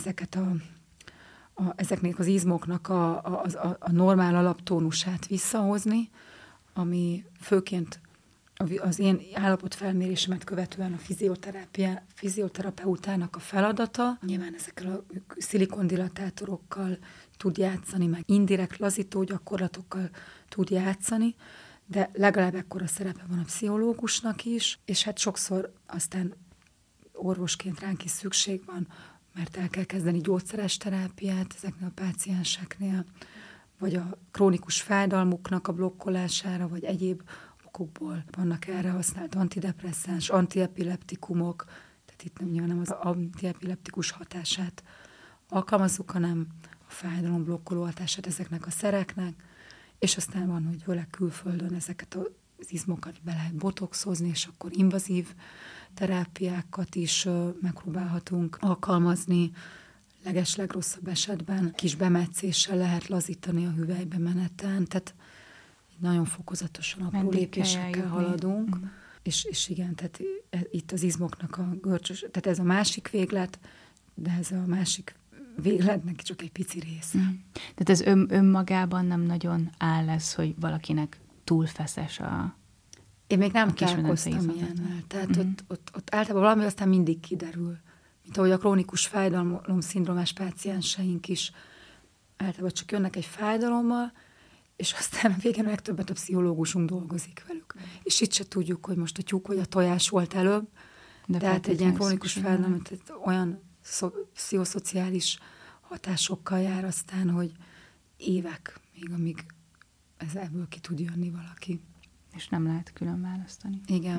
ezeknek az izmoknak a normál alaptónusát visszahozni, ami főként az én állapotfelmérésemet követően a fizioterapeutának a feladata. Nyilván ezekkel a szilikondilatátorokkal tud játszani, meg indirekt lazító gyakorlatokkal tud játszani, de legalább ekkora szerepe van a pszichológusnak is, és hát sokszor aztán orvosként ránk is szükség van, mert el kell kezdeni gyógyszeres terápiát ezeknél a pácienseknél, vagy a krónikus fájdalmuknak a blokkolására, vagy egyéb okokból vannak erre használt antidepresszáns, antiepileptikumok, tehát itt nem az antiepileptikus hatását alkalmazzuk, hanem a fájdalomblokkoló hatását ezeknek a szereknek, és aztán van, hogy főleg külföldön ezeket az izmokat be lehet botoxozni, és akkor invazív terápiákat is megpróbálhatunk alkalmazni. Legeslegrosszabb esetben kis bemetszéssel lehet lazítani a hüvelybemeten, tehát nagyon fokozatosan apró lépésekkel haladunk. És igen, tehát itt az izmoknak a görcsös, tehát ez a másik véglet, de ez a másik végletnek csak egy pici része. Tehát ez önmagában nem nagyon áll lesz, hogy valakinek túl feszes a Én még nem találkoztam ilyennel. Tehát ott általában valami aztán mindig kiderül. Mint ahogy a krónikus fájdalom-szindrómás pácienseink is általában csak jönnek egy fájdalommal, és aztán a végén legtöbbet a pszichológusunk dolgozik velük. És itt se tudjuk, hogy most a tyúk vagy a tojás volt előbb, tehát egy ilyen krónikus fájdalom, olyan pszichoszociális hatásokkal jár aztán, hogy évek még, amíg ebből ki tud jönni valaki. És nem lehet külön választani. Igen.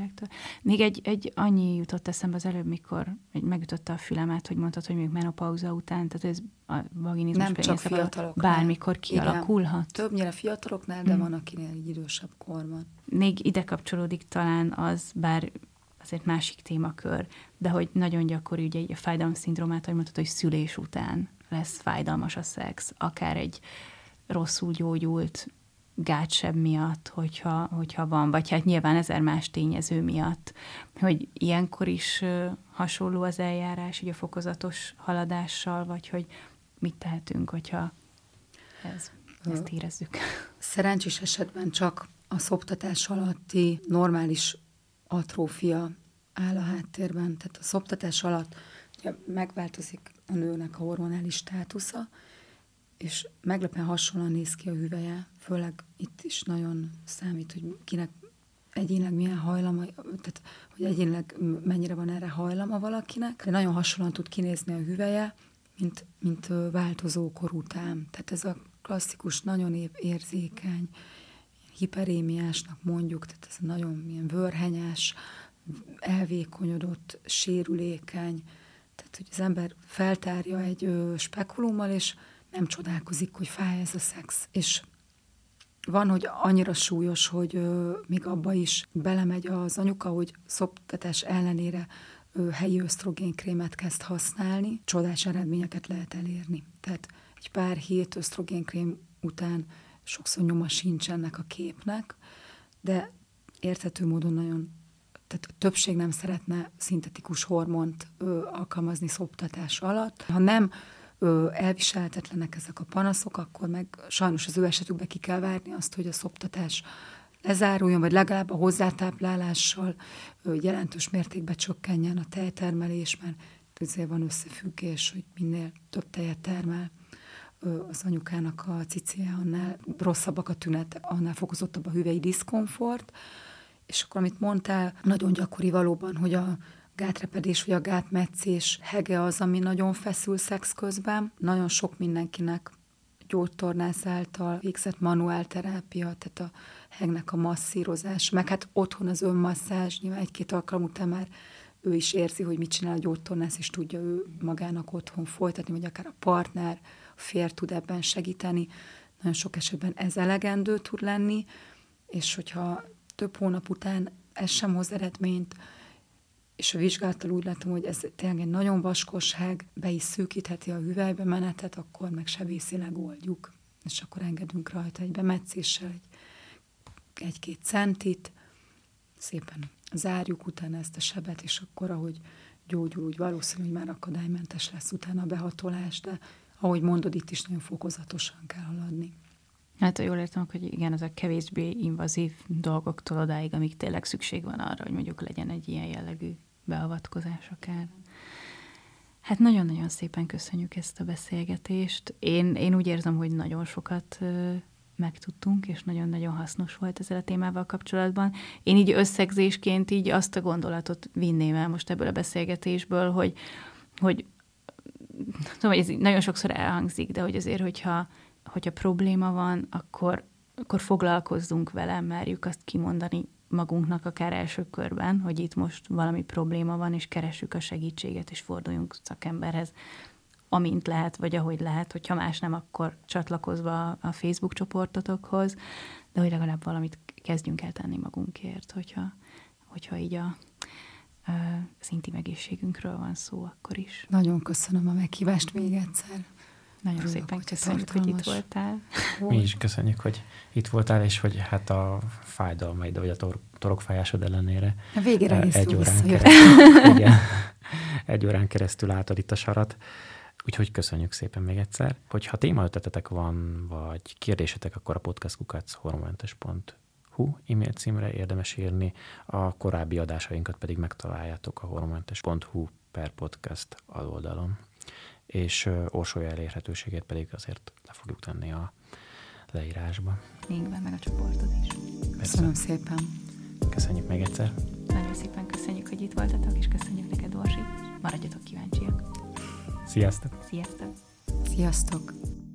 Még egy annyi jutott eszembe az előbb, mikor megütötte a fülemet, hogy mondtad, hogy még menopauza után, tehát ez a vaginizmus nem csak fiataloknál. Bármikor kialakulhat. Igen. Többnyire fiataloknál, de van, akinél egy idősebb korban. Még ide kapcsolódik talán az, bár azért másik témakör, de hogy nagyon gyakori, ugye a fájdalomszindrómát, hogy mondtad, hogy szülés után lesz fájdalmas a szex, akár egy rosszul gyógyult gátseb miatt, hogyha van, vagy hát nyilván 1000 más tényező miatt, hogy ilyenkor is hasonló az eljárás, ugye a fokozatos haladással, vagy hogy mit tehetünk, hogyha ezt érezzük. Szerencsés esetben csak a szoptatás alatti normális atrófia áll a háttérben, tehát a szoptatás alatt ugye megváltozik a nőnek a hormonális státusza, és meglepően hasonlóan néz ki a hüvelye, főleg itt is nagyon számít, hogy kinek egyénileg milyen hajlama, tehát hogy egyénileg mennyire van erre hajlama valakinek, de nagyon hasonlóan tud kinézni a hüvelye, mint változó kor után. Tehát ez a klasszikus, nagyon érzékeny, hiperémiásnak mondjuk, tehát ez nagyon ilyen vörhenyes, elvékonyodott, sérülékeny, tehát Tehát, hogy az ember feltárja egy spekulummal, és nem csodálkozik, hogy fáj ez a szex. És van, hogy annyira súlyos, hogy még abba is belemegy az anyuka, hogy szoptatás ellenére helyi ösztrogénkrémet kezd használni, csodás eredményeket lehet elérni. Tehát egy pár hét ösztrogénkrém után sokszor nyoma sincs ennek a képnek, de érthető módon nagyon, tehát a többség nem szeretne szintetikus hormont alkalmazni szoptatás alatt. Ha nem elviselhetetlenek ezek a panaszok, akkor meg sajnos az ő esetükben ki kell várni azt, hogy a szoptatás lezáruljon, vagy legalább a hozzátáplálással jelentős mértékben csökkenjen a tejtermelés, mert azért van összefüggés, hogy minél több tejet termel az anyukának a cicie, annál rosszabbak a tünetek, annál fokozottabb a hüvei diszkomfort. És akkor, amit mondtál, nagyon gyakori valóban, hogy a gátrepedés vagy a gátmetszés hege az, ami nagyon feszül szex közben. Nagyon sok mindenkinek gyógytornász által végzett manuálterápia, tehát a hegnek a masszírozás, meg hát otthon az önmasszázs, nyilván egy-két alkalom után már ő is érzi, hogy mit csinál a gyógytornász, és tudja ő magának otthon folytatni, vagy akár a partner, a férj tud ebben segíteni. Nagyon sok esetben ez elegendő tud lenni, és hogyha több hónap után ez sem hoz eredményt, és a vizsgálattal úgy látom, hogy ez tényleg egy nagyon vaskos heg, be is szűkítheti a hüvelybe menetet, akkor meg sebészileg oldjuk, és akkor engedünk rajta egy bemetszéssel egy-két centit, szépen zárjuk utána ezt a sebet, és akkor, ahogy gyógyul, úgy valószínű, hogy már akadálymentes lesz utána a behatolás, de ahogy mondod, itt is nagyon fokozatosan kell haladni. Hát, jól értem, hogy igen, ez a kevésbé invazív dolgoktól odáig, amíg tényleg szükség van arra, hogy mondjuk legyen egy ilyen jellegű beavatkozás akár. Hát nagyon-nagyon szépen köszönjük ezt a beszélgetést. Én úgy érzem, hogy nagyon sokat megtudtunk, és nagyon-nagyon hasznos volt ezzel a témával kapcsolatban. Én így összegzésként így azt a gondolatot vinném el most ebből a beszélgetésből, hogy tudom, hogy ez nagyon sokszor elhangzik, de hogy azért, hogyha probléma van, akkor foglalkozzunk vele, merjük azt kimondani magunknak akár első körben, hogy itt most valami probléma van, és keressük a segítséget, és forduljunk szakemberhez, amint lehet, vagy ahogy lehet, hogyha más nem, akkor csatlakozva a Facebook csoportotokhoz, de hogy legalább valamit kezdjünk el tenni magunkért, hogyha így az intim egészségünkről van szó, akkor is. Nagyon köszönöm a meghívást még egyszer. Nagyon örülök, szépen köszönjük, hogy itt voltál. Mi is köszönjük, hogy itt voltál, és hogy hát a fájdalmaid, vagy a torokfájásod ellenére végére egy órán keresztül álltad itt a sarat. Úgyhogy köszönjük szépen még egyszer. Hogyha témaötletetek van, vagy kérdésetek, akkor a podcast@hormonmentes.hu e-mail címre érdemes írni, a korábbi adásainkat pedig megtaláljátok a hormonmentes.hu/podcast aloldalon. És Orsolya elérhetőségét pedig azért le fogjuk tenni a leírásba. Linkben meg a csoportot is. Köszönöm szépen. Köszönjük még egyszer. Nagyon szépen köszönjük, hogy itt voltatok, és köszönjük neked, Orsi. Maradjatok kíváncsiak. Sziasztok! Sziasztok! Sziasztok!